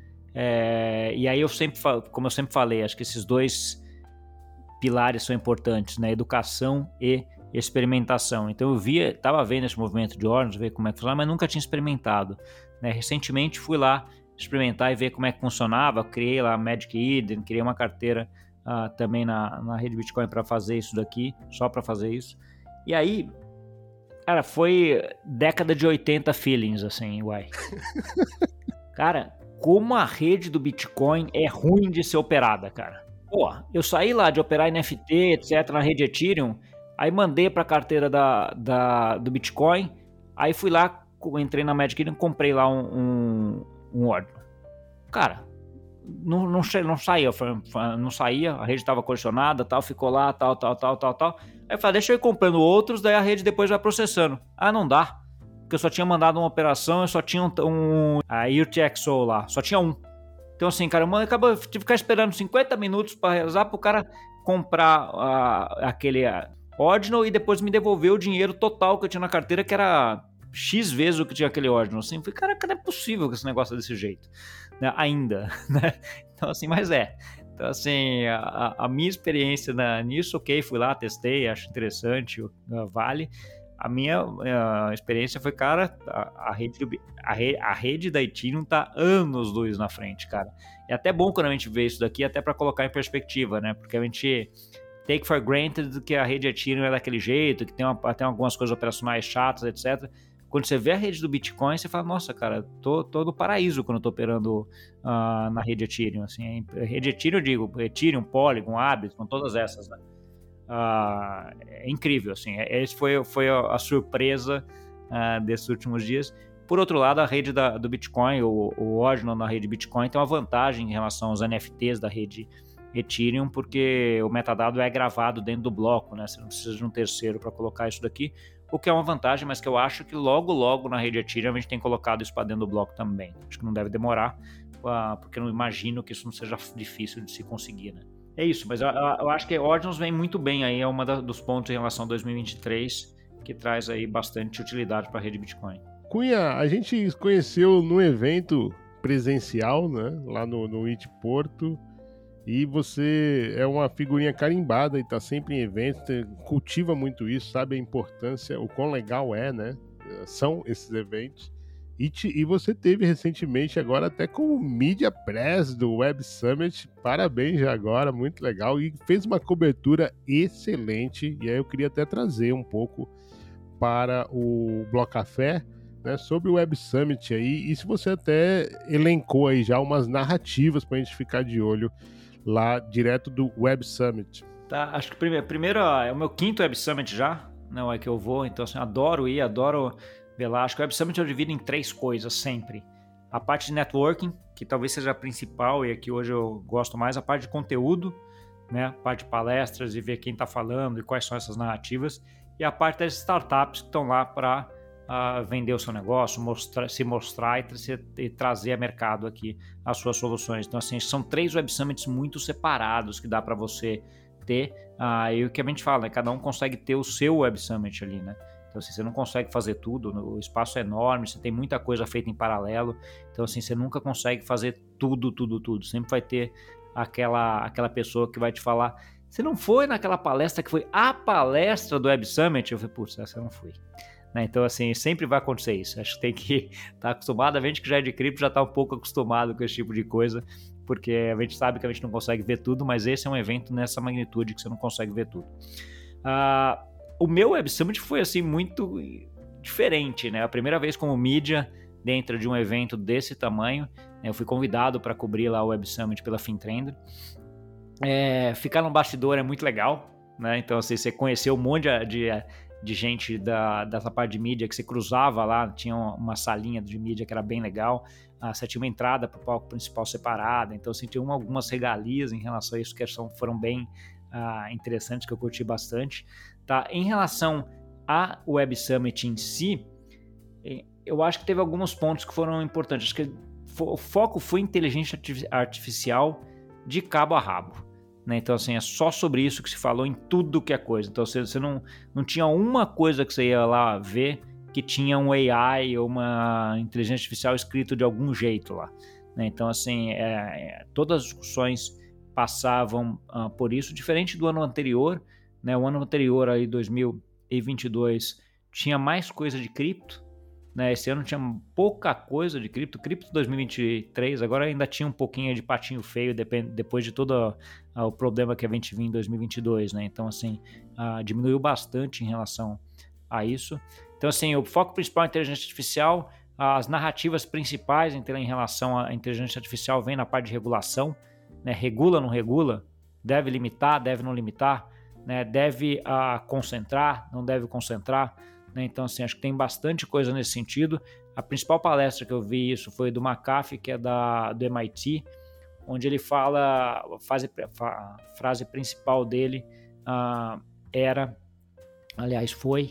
É, e aí eu sempre, como eu sempre falei, acho que esses dois pilares são importantes, né? Educação e experimentação. Então eu via, estava vendo esse movimento de Ordinals, ver como é que funciona, mas nunca tinha experimentado. Né? Recentemente fui lá experimentar e ver como é que funcionava, criei lá a Magic Eden, criei uma carteira uh, também na, na rede Bitcoin para fazer isso daqui, só para fazer isso. E aí, cara, foi década de oitenta feelings, assim, uai. Cara... Como a rede do Bitcoin é ruim de ser operada, cara. Pô, eu saí lá de operar N F T, etc, na rede Ethereum, aí mandei pra carteira da, da, do Bitcoin, aí fui lá, entrei na Magic Eden, comprei lá um, um, um Ordinal. Cara, não, não, não saía, não saía, a rede estava condicionada, tal, ficou lá, tal, tal, tal, tal, tal. Aí eu falei, deixa eu ir comprando outros, daí a rede depois vai processando. Ah, não dá. Porque eu só tinha mandado uma operação, eu só tinha um, um a U T X O lá, só tinha um. Então assim, cara, eu acabou, tive que ficar esperando cinquenta minutos para rezar pro cara comprar uh, aquele, uh, ordinal e depois me devolveu o dinheiro total que eu tinha na carteira, que era X vezes o que tinha aquele ordinal. Assim, eu falei, caraca, não é possível que esse negócio é desse jeito, né? Ainda, né? Então, assim, mas é. Então, assim, a, a minha experiência na, nisso, ok, fui lá, testei, acho interessante, uh, vale. A minha uh, experiência foi, cara, a, a, rede do, a, re, a rede da Ethereum tá anos luz na frente, cara. É até bom quando a gente vê isso daqui, até para colocar em perspectiva, né? Porque a gente take for granted que a rede Ethereum é daquele jeito, que tem, uma, tem algumas coisas operacionais chatas, etcétera. Quando você vê a rede do Bitcoin, você fala, nossa, cara, tô, tô no paraíso quando eu tô operando uh, na rede Ethereum. Assim, a rede Ethereum, eu digo, Ethereum, Polygon, Arbitrum, todas essas, né? Uh, é incrível, assim. Essa foi, foi a, a surpresa uh, desses últimos dias. Por outro lado, a rede da, do Bitcoin, o, o ordinal na rede Bitcoin, tem uma vantagem em relação aos N F Ts da rede Ethereum, porque o metadado é gravado dentro do bloco, né? Você não precisa de um terceiro para colocar isso daqui, o que é uma vantagem, mas que eu acho que logo, logo na rede Ethereum a gente tem colocado isso para dentro do bloco também. Acho que não deve demorar, uh, porque eu não imagino que isso não seja difícil de se conseguir, né? É isso, mas eu, eu acho que Ordinals vem muito bem aí, é um dos pontos em relação a dois mil e vinte e três que traz aí bastante utilidade para a rede Bitcoin. Cunha, a gente se conheceu num evento presencial, né, lá no, no I T Porto, e você é uma figurinha carimbada e está sempre em eventos, cultiva muito isso, sabe a importância, o quão legal é, né, são esses eventos. E, te, e você teve recentemente agora até como Media Press do Web Summit, parabéns já agora, muito legal, e fez uma cobertura excelente, e aí eu queria até trazer um pouco para o Bloco Café, né, sobre o Web Summit aí, e se você até elencou aí já umas narrativas para a gente ficar de olho lá direto do Web Summit. Tá, acho que primeiro, primeiro é o meu quinto Web Summit já, não é que eu vou, então assim, adoro ir, adoro ver lá. Acho que o Web Summit eu divido em três coisas sempre. A parte de networking, que talvez seja a principal e aqui hoje eu gosto mais, a parte de conteúdo, né, a parte de palestras e ver quem está falando e quais são essas narrativas, e a parte das startups que estão lá para uh, vender o seu negócio, mostrar, se mostrar e, e trazer a mercado aqui as suas soluções. Então, assim, são três Web Summits muito separados que dá para você ter, uh, e o que a gente fala, né, cada um consegue ter o seu Web Summit ali, né? Então, assim, você não consegue fazer tudo, o espaço é enorme, você tem muita coisa feita em paralelo, então, assim, você nunca consegue fazer tudo, tudo, tudo. Sempre vai ter aquela, aquela pessoa que vai te falar, você não foi naquela palestra que foi a palestra do Web Summit? Eu falei, putz, essa eu não fui. Né? Então, assim, sempre vai acontecer isso. Acho que tem que estar acostumado. A gente que já é de cripto já está um pouco acostumado com esse tipo de coisa, porque a gente sabe que a gente não consegue ver tudo, mas esse é um evento nessa magnitude que você não consegue ver tudo. Ah... Uh, O meu Web Summit foi, assim, muito diferente, né? A primeira vez como mídia dentro de um evento desse tamanho, né? Eu fui convidado para cobrir lá o Web Summit pela Fintrender. É, ficar no bastidor é muito legal, né? Então, assim, você conheceu um monte de, de gente da, dessa parte de mídia que você cruzava lá, tinha uma salinha de mídia que era bem legal, ah, você tinha uma entrada para o palco principal separada, então, assim, tinha uma, algumas regalias em relação a isso que são, foram bem ah, interessantes, que eu curti bastante. Tá? Em relação a Web Summit em si, eu acho que teve alguns pontos que foram importantes. Acho que o foco foi inteligência artificial de cabo a rabo. Né? Então, assim, é só sobre isso que se falou em tudo que é coisa. Então, você, você não, não tinha uma coisa que você ia lá ver que tinha um A I ou uma inteligência artificial escrito de algum jeito lá. Né? Então, assim, é, é, todas as discussões passavam uh, por isso, diferente do ano anterior. Né, o ano anterior, aí, dois mil e vinte e dois, tinha mais coisa de cripto, né? Esse ano tinha pouca coisa de cripto. Cripto dois mil e vinte e três agora ainda tinha um pouquinho de patinho feio depois de todo o problema que a gente viu em dois mil e vinte e dois, né? Então, assim, uh, diminuiu bastante em relação a isso. Então, assim, o foco principal é a inteligência artificial, as narrativas principais em relação à inteligência artificial vem na parte de regulação, né? Regula, não regula, deve limitar, deve não limitar, né, deve uh, concentrar, não deve concentrar, né? Então, assim, acho que tem bastante coisa nesse sentido. A principal palestra que eu vi isso foi do McAfee, que é da, do M I T, onde ele fala, a frase, a frase principal dele uh, era, aliás, foi,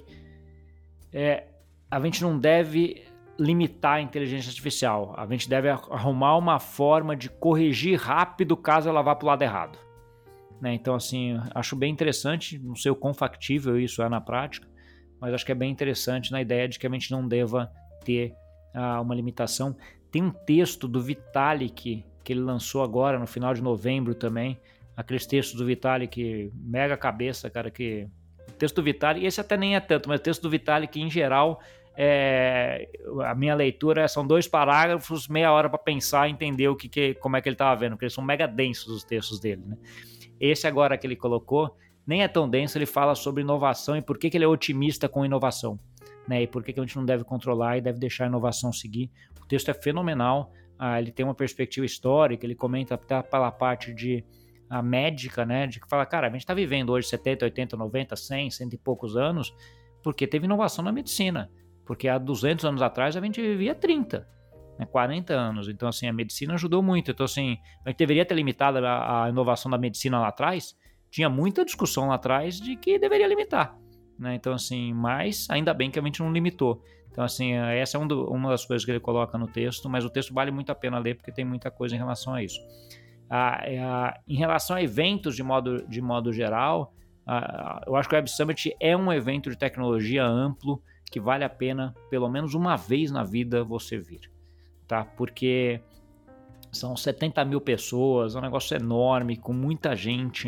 é, a gente não deve limitar a inteligência artificial, a gente deve arrumar uma forma de corrigir rápido caso ela vá para o lado errado. né? Então, assim, acho bem interessante, não sei o quão factível isso é na prática, mas acho que é bem interessante na ideia de que a gente não deva ter uh, uma limitação. Tem um texto do Vitalik que ele lançou agora no final de novembro também, aqueles textos do Vitalik, mega cabeça, cara, que... O texto do Vitalik, esse até nem é tanto, mas o texto do Vitalik, em geral, é... a minha leitura são dois parágrafos, meia hora para pensar e entender o que, que, como é que ele estava vendo, porque eles são mega densos os textos dele, né? Esse agora que ele colocou, nem é tão denso, ele fala sobre inovação e por que, que ele é otimista com inovação, né? E por que, que a gente não deve controlar e deve deixar a inovação seguir. O texto é fenomenal, ah, ele tem uma perspectiva histórica, ele comenta até pela parte de a médica, né, de que fala, cara, a gente está vivendo hoje setenta, oitenta, noventa, cem, cento e poucos anos, porque teve inovação na medicina, porque há duzentos anos atrás a gente vivia trinta, né, quarenta anos, então assim, a medicina ajudou muito, então assim, a gente deveria ter limitado a, a inovação da medicina lá atrás, tinha muita discussão lá atrás de que deveria limitar, né, então assim, mas ainda bem que a gente não limitou. Então, assim, essa é um do, uma das coisas que ele coloca no texto, mas o texto vale muito a pena ler porque tem muita coisa em relação a isso. Ah, ah, em relação a eventos de modo, de modo geral, ah, eu acho que o Web Summit é um evento de tecnologia amplo que vale a pena, pelo menos uma vez na vida, você vir, tá? Porque são setenta mil pessoas, é um negócio enorme, com muita gente,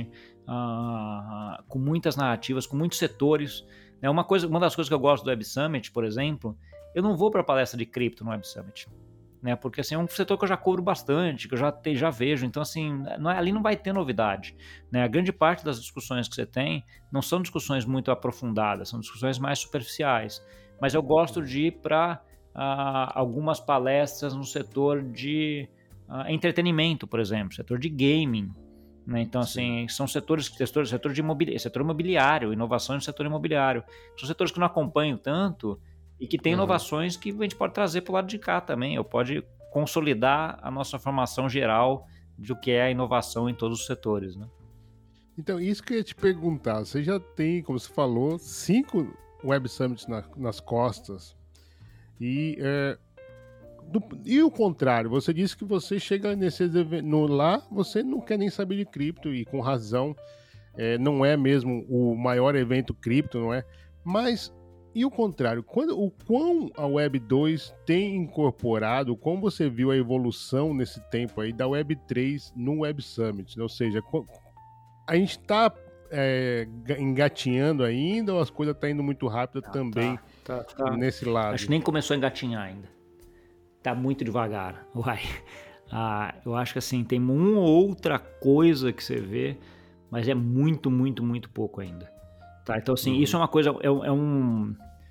ah, com muitas narrativas, com muitos setores. É uma, coisa, uma das coisas que eu gosto do Web Summit, por exemplo, eu não vou para a palestra de cripto no Web Summit, né? Porque assim, é um setor que eu já cubro bastante, que eu já, te, já vejo, então assim, não é, ali não vai ter novidade, né? A grande parte das discussões que você tem não são discussões muito aprofundadas, são discussões mais superficiais, mas eu gosto de ir para uh, algumas palestras no setor de uh, entretenimento, por exemplo, setor de gaming, né? Então, assim, são setores, setor, setor, de imobili- setor imobiliário, inovações no setor imobiliário. São setores que não acompanho tanto e que tem uhum. inovações que a gente pode trazer para o lado de cá também, ou pode consolidar a nossa formação geral do que é a inovação em todos os setores, né? Então, isso que eu ia te perguntar. Você já tem, como você falou, cinco Web Summits na, nas costas. E... É... Do, e o contrário, você disse que você chega nesses eventos lá, você não quer nem saber de cripto, e com razão, é, não é mesmo o maior evento cripto, não é? Mas, e o contrário, quando, o quão a Web dois tem incorporado, como você viu a evolução nesse tempo aí da Web três no Web Summit? Ou seja, a gente está é, engatinhando ainda ou as coisas estão tá indo muito rápido ah, também tá, tá, tá. nesse lado? Acho que nem começou a engatinhar ainda. Tá muito devagar, uai. Ah, eu acho que assim, tem uma outra coisa que você vê, mas é muito, muito, muito pouco ainda. Tá? Então assim, uhum. isso é uma coisa, é, é um...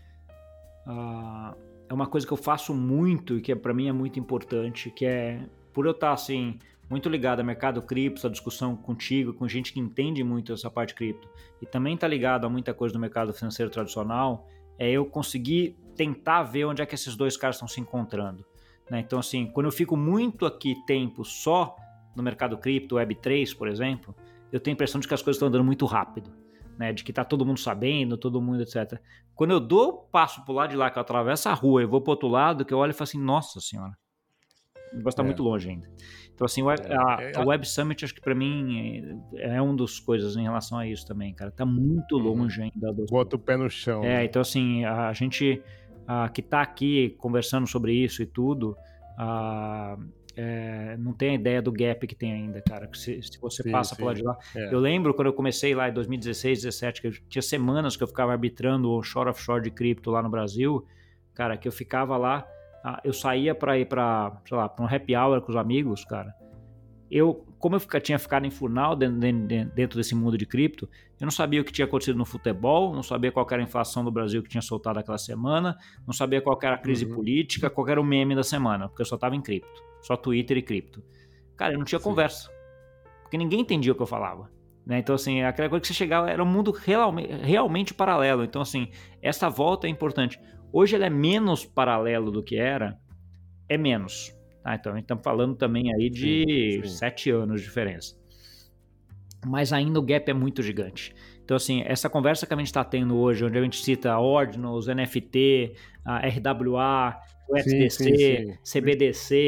Uh, é uma coisa que eu faço muito e que para mim é muito importante, que é, por eu estar assim, muito ligado ao mercado cripto, a discussão contigo, com gente que entende muito essa parte cripto, e também tá ligado a muita coisa do mercado financeiro tradicional, é eu conseguir tentar ver onde é que esses dois caras estão se encontrando. Né? Então, assim, quando eu fico muito aqui tempo só no mercado cripto, Web três, por exemplo, eu tenho a impressão de que as coisas estão andando muito rápido, né? De que tá todo mundo sabendo, todo mundo, etcétera. Quando eu dou passo pro lado de lá, que eu atravesso a rua e vou pro outro lado, que eu olho e falo assim, nossa senhora, o negócio tá é. muito longe ainda. Então, assim, a, a Web Summit, acho que para mim é, é uma das coisas em relação a isso também, cara. Tá muito longe uhum. ainda. Do... Bota o pé no chão. É, né? Então, assim, a gente... Uh, que está aqui conversando sobre isso e tudo, uh, é, não tem a ideia do gap que tem ainda, cara. Se, se você sim, passa sim. por lá de lá. É. Eu lembro quando eu comecei lá em dois mil e dezesseis, dezessete, que eu tinha semanas que eu ficava arbitrando o onshore offshore de cripto lá no Brasil, cara, que eu ficava lá, uh, eu saía para ir para, sei lá, para um happy hour com os amigos, cara. Eu, como eu fica, tinha ficado infernal dentro, dentro desse mundo de cripto, eu não sabia o que tinha acontecido no futebol, não sabia qual era a inflação do Brasil que tinha soltado aquela semana, não sabia qual era a crise uhum. política, qual era o meme da semana, porque eu só estava em cripto, só Twitter e cripto. Cara, eu não tinha Sim. conversa, porque ninguém entendia o que eu falava. Né? Então, assim, aquela coisa que você chegava, era um mundo realmente, realmente paralelo. Então, assim, essa volta é importante. Hoje ela é menos paralelo do que era, é menos. Ah, então a gente está falando também aí de sim, sim. sete anos de diferença. Mas ainda o gap é muito gigante. Então, assim, essa conversa que a gente está tendo hoje, onde a gente cita Ordinals, N F T, a R W A, o U S D C, sim, sim, sim. C B D C,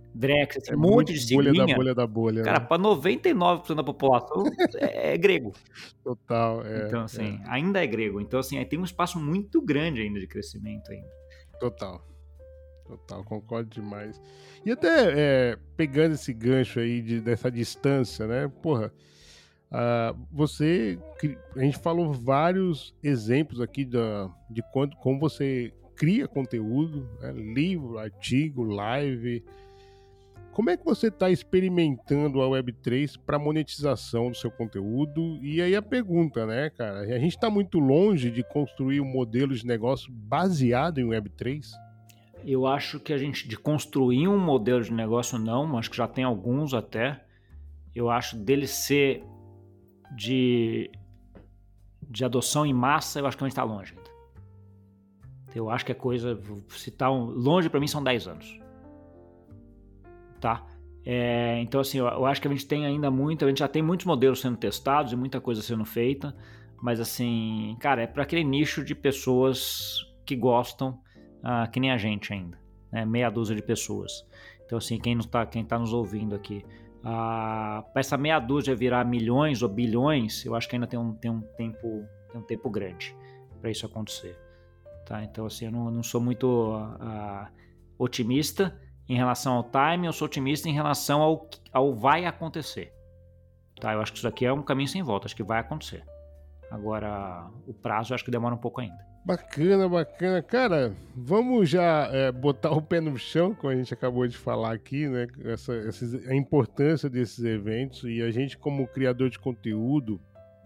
Drex, esse É monte muito de bolha da siglinha, bolha da bolha, cara, né? para noventa e nove por cento da população é, é grego. Total, é, Então, assim, é. ainda é grego. Então, assim, aí tem um espaço muito grande ainda de crescimento ainda. Total. Total, concordo demais. E até é, pegando esse gancho aí de, dessa distância, né? Porra, ah, você... A gente falou vários exemplos aqui da, de quando, como você cria conteúdo, né? Livro, artigo, live. Como é que você está experimentando a web três para monetização do seu conteúdo? E aí a pergunta, né, cara? A gente está muito longe de construir um modelo de negócio baseado em web três? Eu acho que a gente, de construir um modelo de negócio, não, acho que já tem alguns até. Eu acho dele ser de, de adoção em massa, eu acho que a gente está longe ainda. Eu acho que é coisa, se tá um, longe para mim são dez anos. Tá? É, então, assim, eu, eu acho que a gente tem ainda muito, a gente já tem muitos modelos sendo testados e muita coisa sendo feita, mas, assim, cara, é para aquele nicho de pessoas que gostam, uh, que nem a gente ainda, né? Meia dúzia de pessoas. Então, assim, quem, não tá, quem tá nos ouvindo aqui, uh, para essa meia dúzia virar milhões ou bilhões, eu acho que ainda tem um, tem um, tempo, tem um tempo grande para isso acontecer. Tá? Então, assim, eu não, não sou muito uh, otimista em relação ao time, eu sou otimista em relação ao, ao vai acontecer. Tá? Eu acho que isso aqui é um caminho sem volta, acho que vai acontecer. Agora, o prazo eu acho que demora um pouco ainda. Bacana, bacana. Cara, vamos já é, botar o pé no chão, como a gente acabou de falar aqui, né? Essa, essa, a importância desses eventos. E a gente, como criador de conteúdo,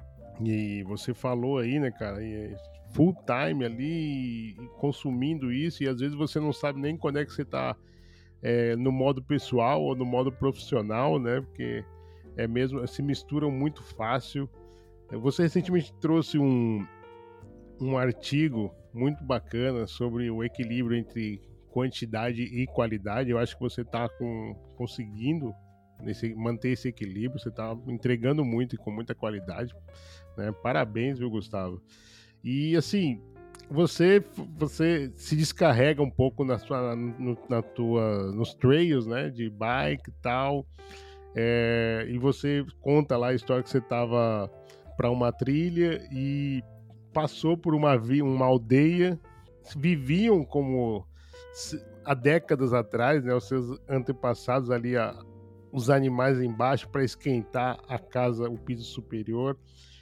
e você falou aí, né, cara, full time ali, consumindo isso, e às vezes você não sabe nem quando é que você tá é, no modo pessoal ou no modo profissional, né? Porque é mesmo, se misturam muito fácil. Você recentemente trouxe um, um artigo muito bacana sobre o equilíbrio entre quantidade e qualidade. Eu acho que você está conseguindo nesse, manter esse equilíbrio, você está entregando muito e com muita qualidade, né? Parabéns, viu, Gustavo? E assim, você, você se descarrega um pouco na sua, no, na tua, nos trails, né, de bike e tal, é, e você conta lá a história que você estava para uma trilha e passou por uma, uma aldeia, viviam como há décadas atrás, né, os seus antepassados ali, a, os animais embaixo para esquentar a casa, o piso superior,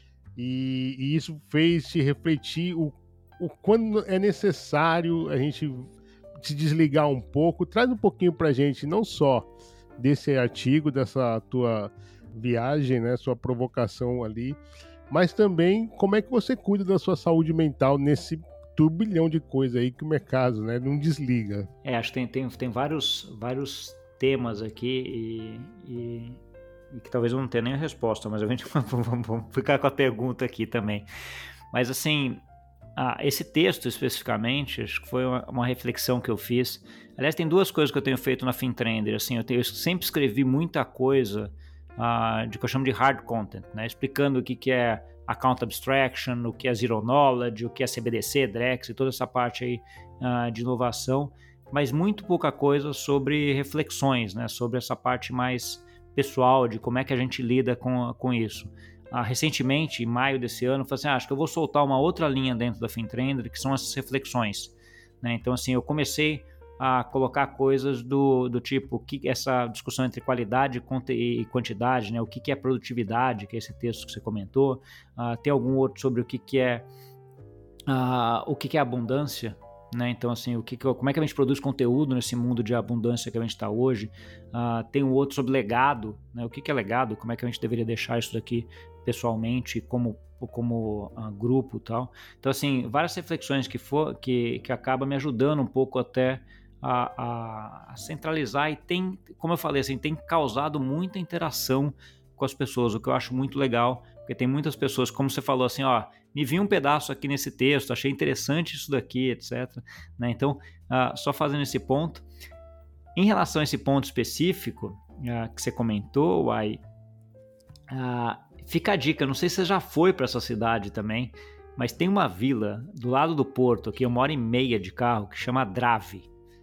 e, e isso fez te refletir o, o quando é necessário a gente se desligar um pouco. Traz um pouquinho para a gente, não só desse artigo, dessa tua viagem, né, sua provocação ali, mas também como é que você cuida da sua saúde mental nesse turbilhão de coisas aí que o mercado, né, não desliga. É, acho que tem, tem, tem vários, vários temas aqui e, e, e que talvez eu não tenha nem a resposta, mas a gente vamos ficar com a pergunta aqui também. Mas assim, ah, esse texto especificamente, acho que foi uma, uma reflexão que eu fiz. Aliás, tem duas coisas que eu tenho feito na FinTrender. Assim, eu, tenho, eu sempre escrevi muita coisa Uh, de que eu chamo de hard content, né? Explicando o que, que é account abstraction, o que é zero knowledge, o que é C B D C, Drex e toda essa parte aí uh, de inovação, mas muito pouca coisa sobre reflexões, né? Sobre essa parte mais pessoal de como é que a gente lida com, com isso. Uh, recentemente, em maio desse ano, eu falei assim, ah, acho que eu vou soltar uma outra linha dentro da FinTrender, que são essas reflexões, né? Então, assim, eu comecei a colocar coisas do, do tipo, que essa discussão entre qualidade e quantidade, né? O que, que é produtividade, que é esse texto que você comentou, uh, tem algum outro sobre o que, que é uh, o que, que é abundância, né? Então, assim, o que, que, como é que a gente produz conteúdo nesse mundo de abundância que a gente está hoje. Uh, tem um outro sobre legado, né? O que, que é legado, como é que a gente deveria deixar isso daqui pessoalmente, como como uh, grupo e tal. Então, assim, várias reflexões que, for, que, que acabam me ajudando um pouco até A, a, a centralizar, e tem, como eu falei, assim, tem causado muita interação com as pessoas, o que eu acho muito legal, porque tem muitas pessoas, como você falou, assim, ó, me vi um pedaço aqui nesse texto, achei interessante isso daqui, etcétera. Né? Então, uh, só fazendo esse ponto. Em relação a esse ponto específico uh, que você comentou, Uai, uh, fica a dica, não sei se você já foi para essa cidade também, mas tem uma vila do lado do porto, aqui uma hora e meia de carro, que chama Drave.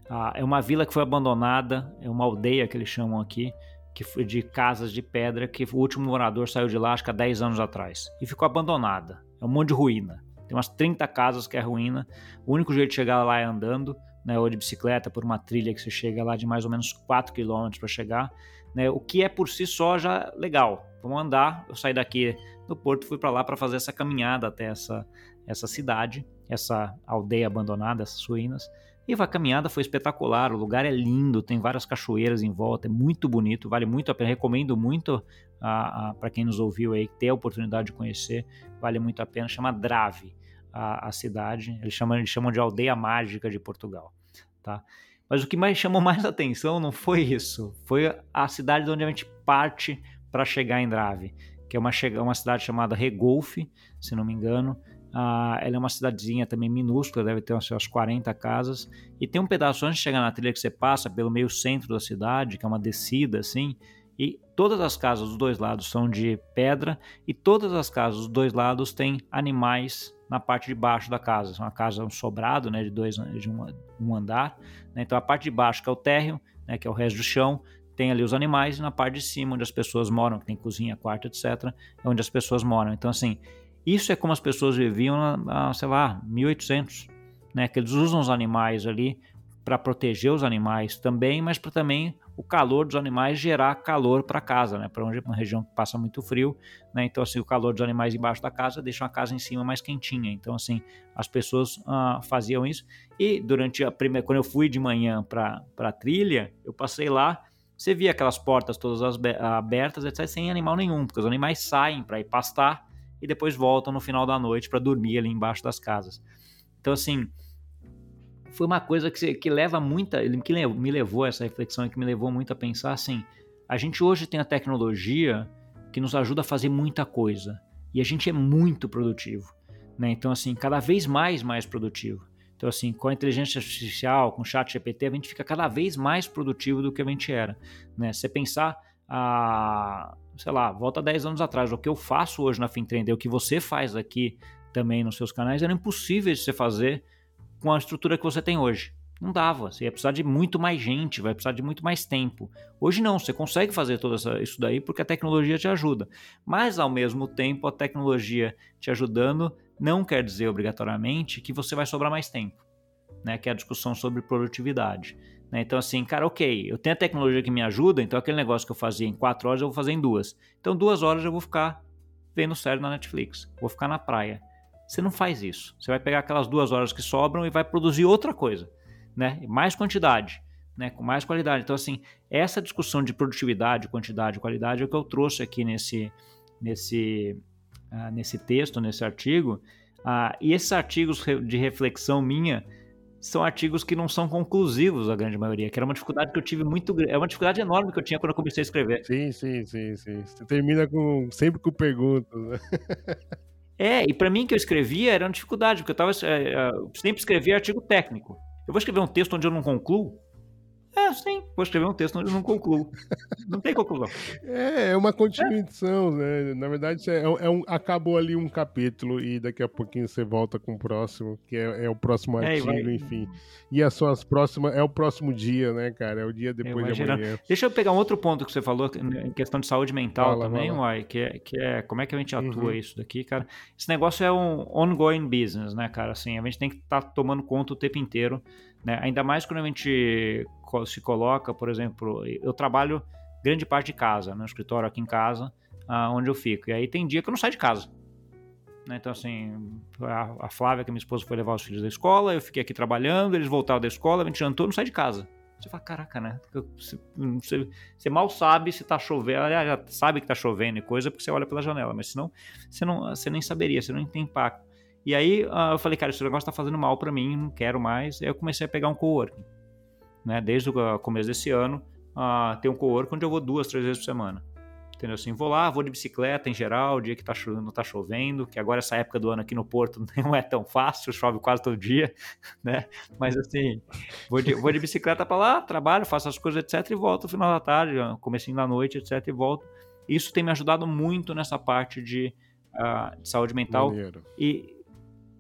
Ah, é uma vila que foi abandonada, é uma aldeia que eles chamam aqui, que foi de casas de pedra, que o último morador saiu de lá acho que há dez anos atrás. E ficou abandonada, é um monte de ruína. Tem umas trinta casas que é ruína, o único jeito de chegar lá é andando, né, ou de bicicleta por uma trilha que você chega lá de mais ou menos quatro quilômetros para chegar, né, o que é por si só já legal. Vamos andar, eu saí daqui do Porto, fui para lá para fazer essa caminhada até essa, essa cidade, essa aldeia abandonada, essas ruínas. E a caminhada foi espetacular, o lugar é lindo, tem várias cachoeiras em volta, é muito bonito, vale muito a pena, recomendo muito para quem nos ouviu aí, ter a oportunidade de conhecer, vale muito a pena, chama Drave a, a cidade, eles chamam, eles chamam de Aldeia Mágica de Portugal, tá? Mas o que mais chamou mais atenção não foi isso, foi a cidade de onde a gente parte para chegar em Drave, que é uma, uma cidade chamada Regolfe, se não me engano. Uh, ela é uma cidadezinha também minúscula, deve ter umas quarenta casas, e tem um pedaço antes de chegar na trilha que você passa pelo meio centro da cidade, que é uma descida assim, e todas as casas dos dois lados são de pedra, e todas as casas dos dois lados têm animais na parte de baixo da casa. É uma casa, um sobrado, né, de, dois, de um, um andar, né? Então a parte de baixo, que é o térreo, né, que é o resto do chão, tem ali os animais, e na parte de cima, onde as pessoas moram, que tem cozinha, quarto, etcétera, é onde as pessoas moram. Então assim, isso é como as pessoas viviam, na, sei lá, mil e oitocentos, né? Que eles usam os animais ali para proteger os animais também, mas para também o calor dos animais gerar calor para casa, né? Para onde uma região que passa muito frio, né? Então assim, o calor dos animais embaixo da casa deixa a casa em cima mais quentinha. Então assim, as pessoas ah, faziam isso. E durante a primeira, quando eu fui de manhã para a trilha, eu passei lá, você via aquelas portas todas abertas, etcétera, sem animal nenhum, porque os animais saem para ir pastar e depois voltam no final da noite para dormir ali embaixo das casas. Então assim, foi uma coisa que, que leva muita, que me levou a essa reflexão e que me levou muito a pensar assim, a gente hoje tem a tecnologia que nos ajuda a fazer muita coisa e a gente é muito produtivo, né? Então assim, cada vez mais mais produtivo. Então assim, com a inteligência artificial, com o chat G P T, a gente fica cada vez mais produtivo do que a gente era, né? Você pensar a, sei lá, volta dez anos atrás, o que eu faço hoje na FinTrender, o que você faz aqui também nos seus canais, era impossível de você fazer com a estrutura que você tem hoje. Não dava, você ia precisar de muito mais gente, vai precisar de muito mais tempo. Hoje não, você consegue fazer tudo isso daí porque a tecnologia te ajuda. Mas ao mesmo tempo, a tecnologia te ajudando não quer dizer obrigatoriamente que você vai sobrar mais tempo, né? Que é a discussão sobre produtividade. Então assim, cara, ok, eu tenho a tecnologia que me ajuda, então aquele negócio que eu fazia em quatro horas eu vou fazer em duas. Então duas horas eu vou ficar vendo série na Netflix, vou ficar na praia. Você não faz isso. Você vai pegar aquelas duas horas que sobram e vai produzir outra coisa, né? Mais quantidade, né? Com mais qualidade. Então assim, essa discussão de produtividade, quantidade e qualidade é o que eu trouxe aqui nesse, nesse, uh, nesse texto, nesse artigo. Uh, e esses artigos de reflexão minha são artigos que não são conclusivos, a grande maioria, que era uma dificuldade que eu tive muito grande, é uma dificuldade enorme que eu tinha quando eu comecei a escrever. Sim, sim, sim, sim. Você termina com, sempre com perguntas, né? É, e para mim que eu escrevia era uma dificuldade, porque eu tava, é, eu sempre escrevia artigo técnico. Eu vou escrever um texto onde eu não concluo? É, sim, vou escrever um texto onde eu não concluo. Não tem conclusão. É, é uma continuação, é. né? Na verdade, é, é um, acabou ali um capítulo e daqui a pouquinho você volta com o próximo, que é, é o próximo artigo, é, enfim. E as suas próximas, é o próximo dia, né, cara? É o dia depois de amanhã. Gerando. Deixa eu pegar um outro ponto que você falou, em questão de saúde mental fala, também, fala. Uai, que é, que é como é que a gente atua uhum. isso daqui, cara? Esse negócio é um ongoing business, né, cara? Assim, a gente tem que estar tá tomando conta o tempo inteiro, né? Ainda mais quando a gente se coloca, por exemplo, eu trabalho grande parte de casa, no escritório aqui em casa, uh, onde eu fico. E aí tem dia que eu não saio de casa. Né? Então, assim, a, a Flávia, que é minha esposa, foi levar os filhos da escola, eu fiquei aqui trabalhando, eles voltaram da escola, a gente jantou, não sai de casa. Você fala, caraca, né? Você, você, você mal sabe se tá chovendo, aliás, já sabe que tá chovendo e coisa, porque você olha pela janela, mas senão você, não, você nem saberia, você não tem impacto. E aí uh, eu falei, cara, esse negócio tá fazendo mal pra mim, não quero mais. Aí eu comecei a pegar um coworking. Né? Desde o começo desse ano, uh, tem um coworking onde eu vou duas, três vezes por semana. Entendeu? Assim, vou lá, vou de bicicleta em geral, dia que tá chovendo, não tá chovendo, que agora essa época do ano aqui no Porto não é tão fácil, chove quase todo dia, né? Mas assim, vou de, vou de bicicleta para lá, trabalho, faço as coisas, etcétera, e volto no final da tarde, comecinho da noite, etcétera, e volto. Isso tem me ajudado muito nessa parte de, uh, de saúde mental. Maneiro. E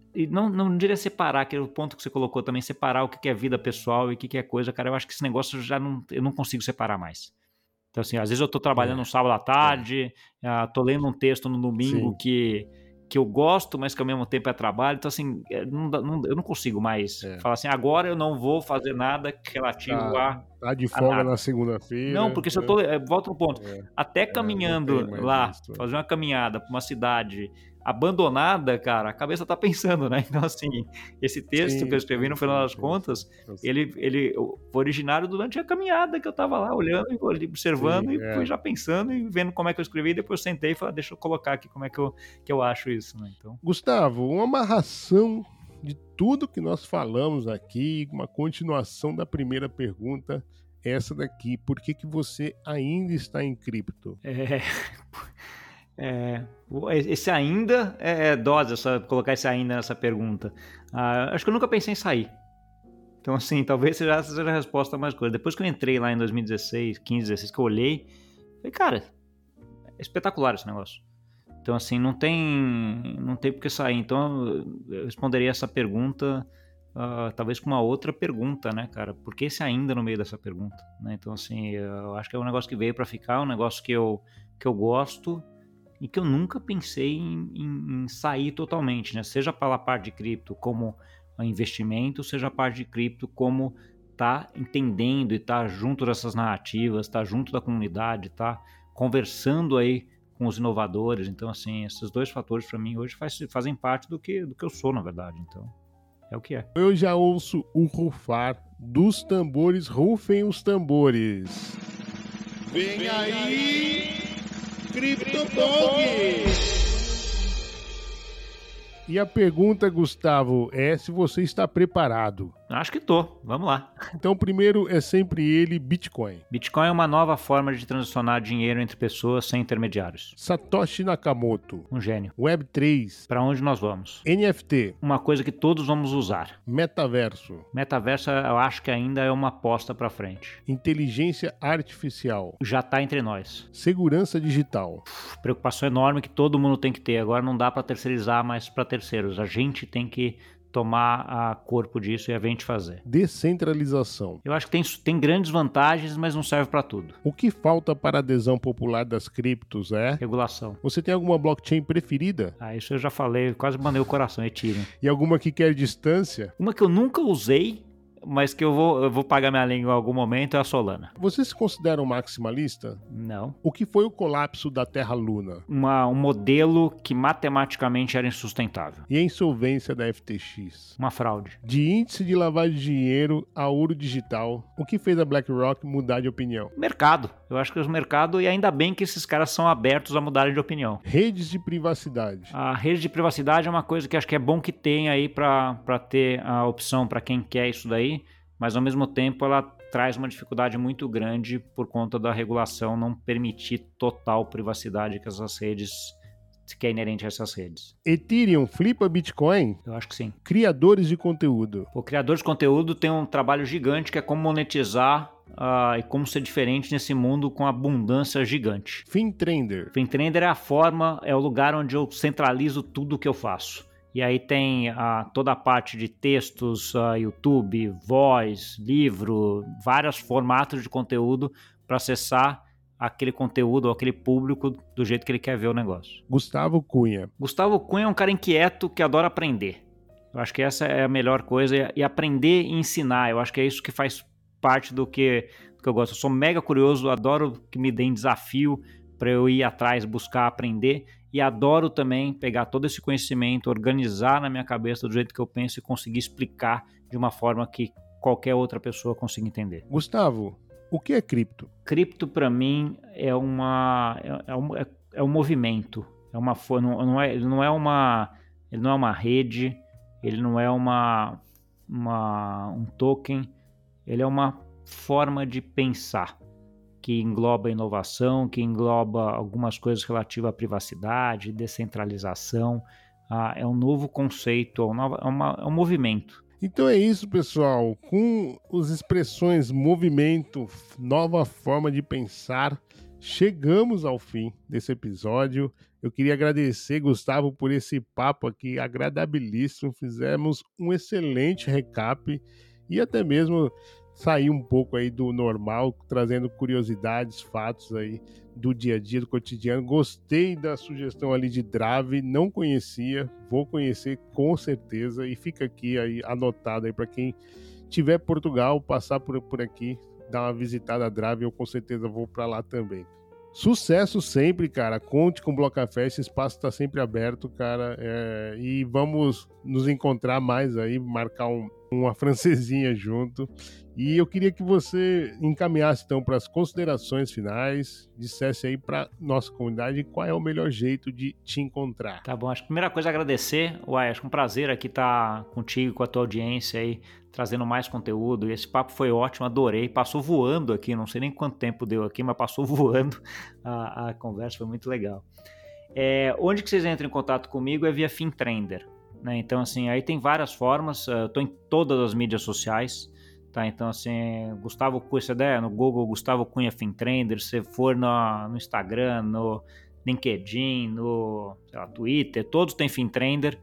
e não, não diria separar, que é o ponto que você colocou também, separar o que é vida pessoal e o que é coisa, cara, eu acho que esse negócio eu já não, eu não consigo separar mais. Então, assim, às vezes eu tô trabalhando É, no sábado à tarde, é. uh, tô lendo um texto no domingo que, que eu gosto, mas que ao mesmo tempo é trabalho. Então, assim, não, não, eu não consigo mais é. falar assim, agora eu não vou fazer nada relativo tá, a Tá de folga na segunda-feira. Não, porque se é. eu tô... Volta no ponto. É. Até caminhando é, lá, isso. fazer uma caminhada pra uma cidade abandonada, cara, a cabeça tá pensando, né? Então, assim, esse texto sim, que eu escrevi sim, no final das sim, contas, sim, sim. ele, ele foi originário durante a caminhada que eu tava lá olhando, observando, sim, e é. fui já pensando e vendo como é que eu escrevi, e depois eu sentei e falei, deixa eu colocar aqui como é que eu, que eu acho isso, né? Então... Gustavo, uma amarração de tudo que nós falamos aqui, uma continuação da primeira pergunta, essa daqui, por que que você ainda está em cripto? É... É, esse ainda é dose, só colocar esse ainda nessa pergunta. Ah, acho que eu nunca pensei em sair. Então, assim, talvez seja, seja a resposta a mais coisa. Depois que eu entrei lá em dois mil e dezesseis, quinze, dezesseis, que eu olhei, falei, cara, é espetacular esse negócio. Então, assim, não tem, não tem por que sair. Então, eu responderia essa pergunta, uh, talvez com uma outra pergunta, né, cara? Por que esse ainda no meio dessa pergunta? Né? Então, assim, eu acho que é um negócio que veio para ficar, um negócio que eu, que eu gosto, e que eu nunca pensei em, em, em sair totalmente, né? Seja pela parte de cripto como investimento, seja a parte de cripto como tá entendendo e tá junto dessas narrativas, tá junto da comunidade, tá conversando aí com os inovadores. Então, assim, esses dois fatores para mim hoje faz, fazem parte do que, do que eu sou, na verdade. Então, é o que é. Eu já ouço o rufar dos tambores, rufem os tambores. Vem aí! CryptoPog! E a pergunta, Gustavo, é se você está preparado. Acho que tô, vamos lá. Então, primeiro é sempre ele, Bitcoin. Bitcoin é uma nova forma de transacionar dinheiro entre pessoas sem intermediários. Satoshi Nakamoto. Um gênio. Web três. Para onde nós vamos? N F T. Uma coisa que todos vamos usar. Metaverso. Metaverso eu acho que ainda é uma aposta para frente. Inteligência artificial. Já tá entre nós. Segurança digital. Uf, preocupação enorme que todo mundo tem que ter. Agora não dá para terceirizar mais para terceiros. A gente tem que tomar a corpo disso e a gente fazer. Descentralização. Eu acho que tem, tem grandes vantagens, mas não serve para tudo. O que falta para a adesão popular das criptos é... regulação. Você tem alguma blockchain preferida? Ah, isso eu já falei, quase mandei o coração, Ethereum. E alguma que quer distância? Uma que eu nunca usei, mas que eu vou, eu vou pagar minha língua em algum momento, é a Solana. Você se considera um maximalista? Não. O que foi o colapso da Terra-Luna? Uma, um modelo que matematicamente era insustentável. E a insolvência da F T X? Uma fraude. De índice de lavagem de dinheiro a ouro digital, o que fez a BlackRock mudar de opinião? Mercado. Eu acho que o mercado, e ainda bem que esses caras são abertos a mudarem de opinião. Redes de privacidade. A rede de privacidade é uma coisa que acho que é bom que tenha aí para ter a opção para quem quer isso daí, mas ao mesmo tempo ela traz uma dificuldade muito grande por conta da regulação não permitir total privacidade que essas redes, que é inerente a essas redes. Ethereum flipa Bitcoin? Eu acho que sim. Criadores de conteúdo. O criador de conteúdo tem um trabalho gigante que é como monetizar uh, e como ser diferente nesse mundo com abundância gigante. Fintrender. Fintrender é a forma, é o lugar onde eu centralizo tudo o que eu faço. E aí tem uh, toda a parte de textos, uh, YouTube, voz, livro, vários formatos de conteúdo para acessar aquele conteúdo, aquele público do jeito que ele quer ver o negócio. Gustavo Cunha. Gustavo Cunha é um cara inquieto que adora aprender. Eu acho que essa é a melhor coisa, e aprender e ensinar. Eu acho que é isso que faz parte do que, do que eu gosto. Eu sou mega curioso, adoro que me deem desafio para eu ir atrás, buscar aprender. E adoro também pegar todo esse conhecimento, organizar na minha cabeça do jeito que eu penso e conseguir explicar de uma forma que qualquer outra pessoa consiga entender. Gustavo, o que é cripto? Cripto, para mim, é, uma, é, é, um, é, é um movimento. É uma, não, não, é, não é uma, ele não é uma rede, ele não é uma, uma, um token, ele é uma forma de pensar, que engloba inovação, que engloba algumas coisas relativas à privacidade, descentralização. Ah, é um novo conceito, é, uma, é, uma, é um movimento. Então é isso, pessoal. Com as expressões movimento, nova forma de pensar, chegamos ao fim desse episódio. Eu queria agradecer, Gustavo, por esse papo aqui agradabilíssimo. Fizemos um excelente recap e até mesmo sair um pouco aí do normal, trazendo curiosidades, fatos aí do dia a dia, do cotidiano. Gostei da sugestão ali de Drave, não conhecia, vou conhecer com certeza e fica aqui aí anotado aí para quem tiver Portugal, passar por, por aqui, dar uma visitada a Drave, eu com certeza vou para lá também. Sucesso sempre, cara. Conte com o Bloco Café, esse espaço está sempre aberto, cara. É... E vamos nos encontrar mais aí, marcar um, uma francesinha junto. E eu queria que você encaminhasse então para as considerações finais, dissesse aí para nossa comunidade qual é o melhor jeito de te encontrar. Tá bom, acho que a primeira coisa é agradecer. Uai, acho que é um prazer aqui estar contigo, com a tua audiência aí, trazendo mais conteúdo. E esse papo foi ótimo, adorei. Passou voando aqui, não sei nem quanto tempo deu aqui, mas passou voando. A, a conversa foi muito legal. É, onde que vocês entram em contato comigo é via Fintrender, né? Então, assim, aí tem várias formas. Eu tô em todas as mídias sociais. Tá, então assim, Gustavo Cunha, se der no Google Gustavo Cunha Fintrender, se for no, no Instagram, no LinkedIn, no sei lá, Twitter, todos têm Fintrender.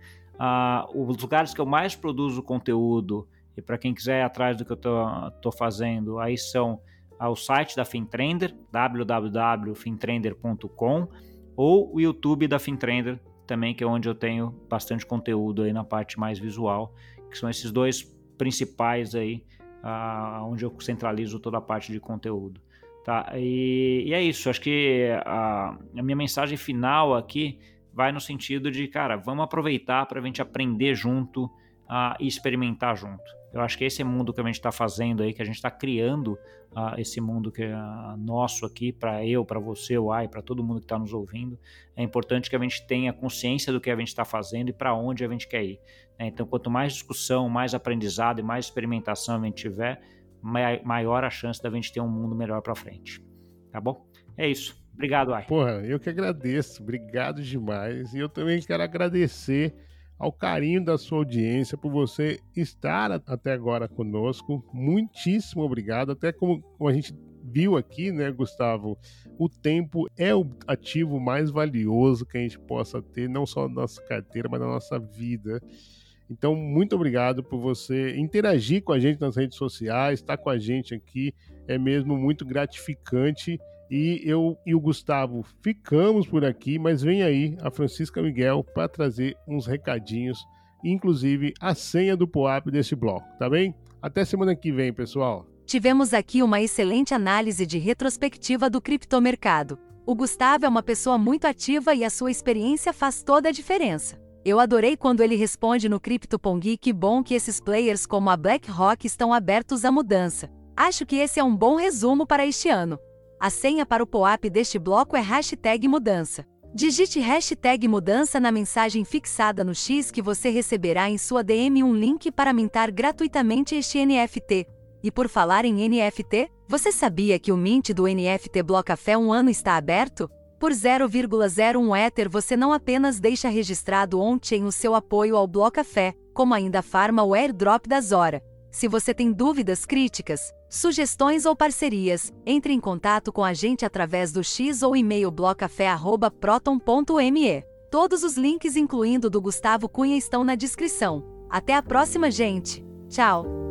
Uh, os lugares que eu mais produzo conteúdo, e para quem quiser ir atrás do que eu tô, tô fazendo, aí são uh, o site da Fintrender, w w w ponto fintrender ponto com, ou o YouTube da Fintrender também, que é onde eu tenho bastante conteúdo aí na parte mais visual, que são esses dois principais aí, Uh, onde eu centralizo toda a parte de conteúdo, tá? E, e é isso, acho que a, a minha mensagem final aqui vai no sentido de, cara, vamos aproveitar para a gente aprender junto uh, e experimentar junto. Eu acho que esse é o mundo que a gente está fazendo aí, que a gente está criando uh, esse mundo que é uh, nosso aqui, para eu, para você, o Ai, para todo mundo que está nos ouvindo. É importante que a gente tenha consciência do que a gente está fazendo e para onde a gente quer ir. Então, quanto mais discussão, mais aprendizado e mais experimentação a gente tiver, maior a chance da gente ter um mundo melhor para frente. Tá bom? É isso. Obrigado, Ai. Porra, eu que agradeço. Obrigado demais. E eu também quero agradecer ao carinho da sua audiência por você estar até agora conosco. Muitíssimo obrigado. Até como, como a gente viu aqui, né, Gustavo, o tempo é o ativo mais valioso que a gente possa ter, não só na nossa carteira, mas na nossa vida. Então, muito obrigado por você interagir com a gente nas redes sociais, estar com a gente aqui, é mesmo muito gratificante. E eu e o Gustavo ficamos por aqui, mas vem aí a Francisca Miguel para trazer uns recadinhos, inclusive a senha do P O A P desse bloco, tá bem? Até semana que vem, pessoal. Tivemos aqui uma excelente análise de retrospectiva do criptomercado. O Gustavo é uma pessoa muito ativa e a sua experiência faz toda a diferença. Eu adorei quando ele responde no CryptoPong que bom que esses players como a BlackRock estão abertos à mudança. Acho que esse é um bom resumo para este ano. A senha para o P O A P deste bloco é hashtag mudança. Digite hashtag mudança na mensagem fixada no X que você receberá em sua D M um link para mintar gratuitamente este N F T. E por falar em N F T, você sabia que o mint do N F T Bloco Café um ano está aberto? Por zero vírgula zero um Ether você não apenas deixa registrado on-chain o seu apoio ao Bloco Café, como ainda farma o airdrop da Zora. Se você tem dúvidas, críticas, sugestões ou parcerias, entre em contato com a gente através do X ou e-mail blocafé arroba proton ponto me. Todos os links, incluindo o do Gustavo Cunha, estão na descrição. Até a próxima, gente! Tchau!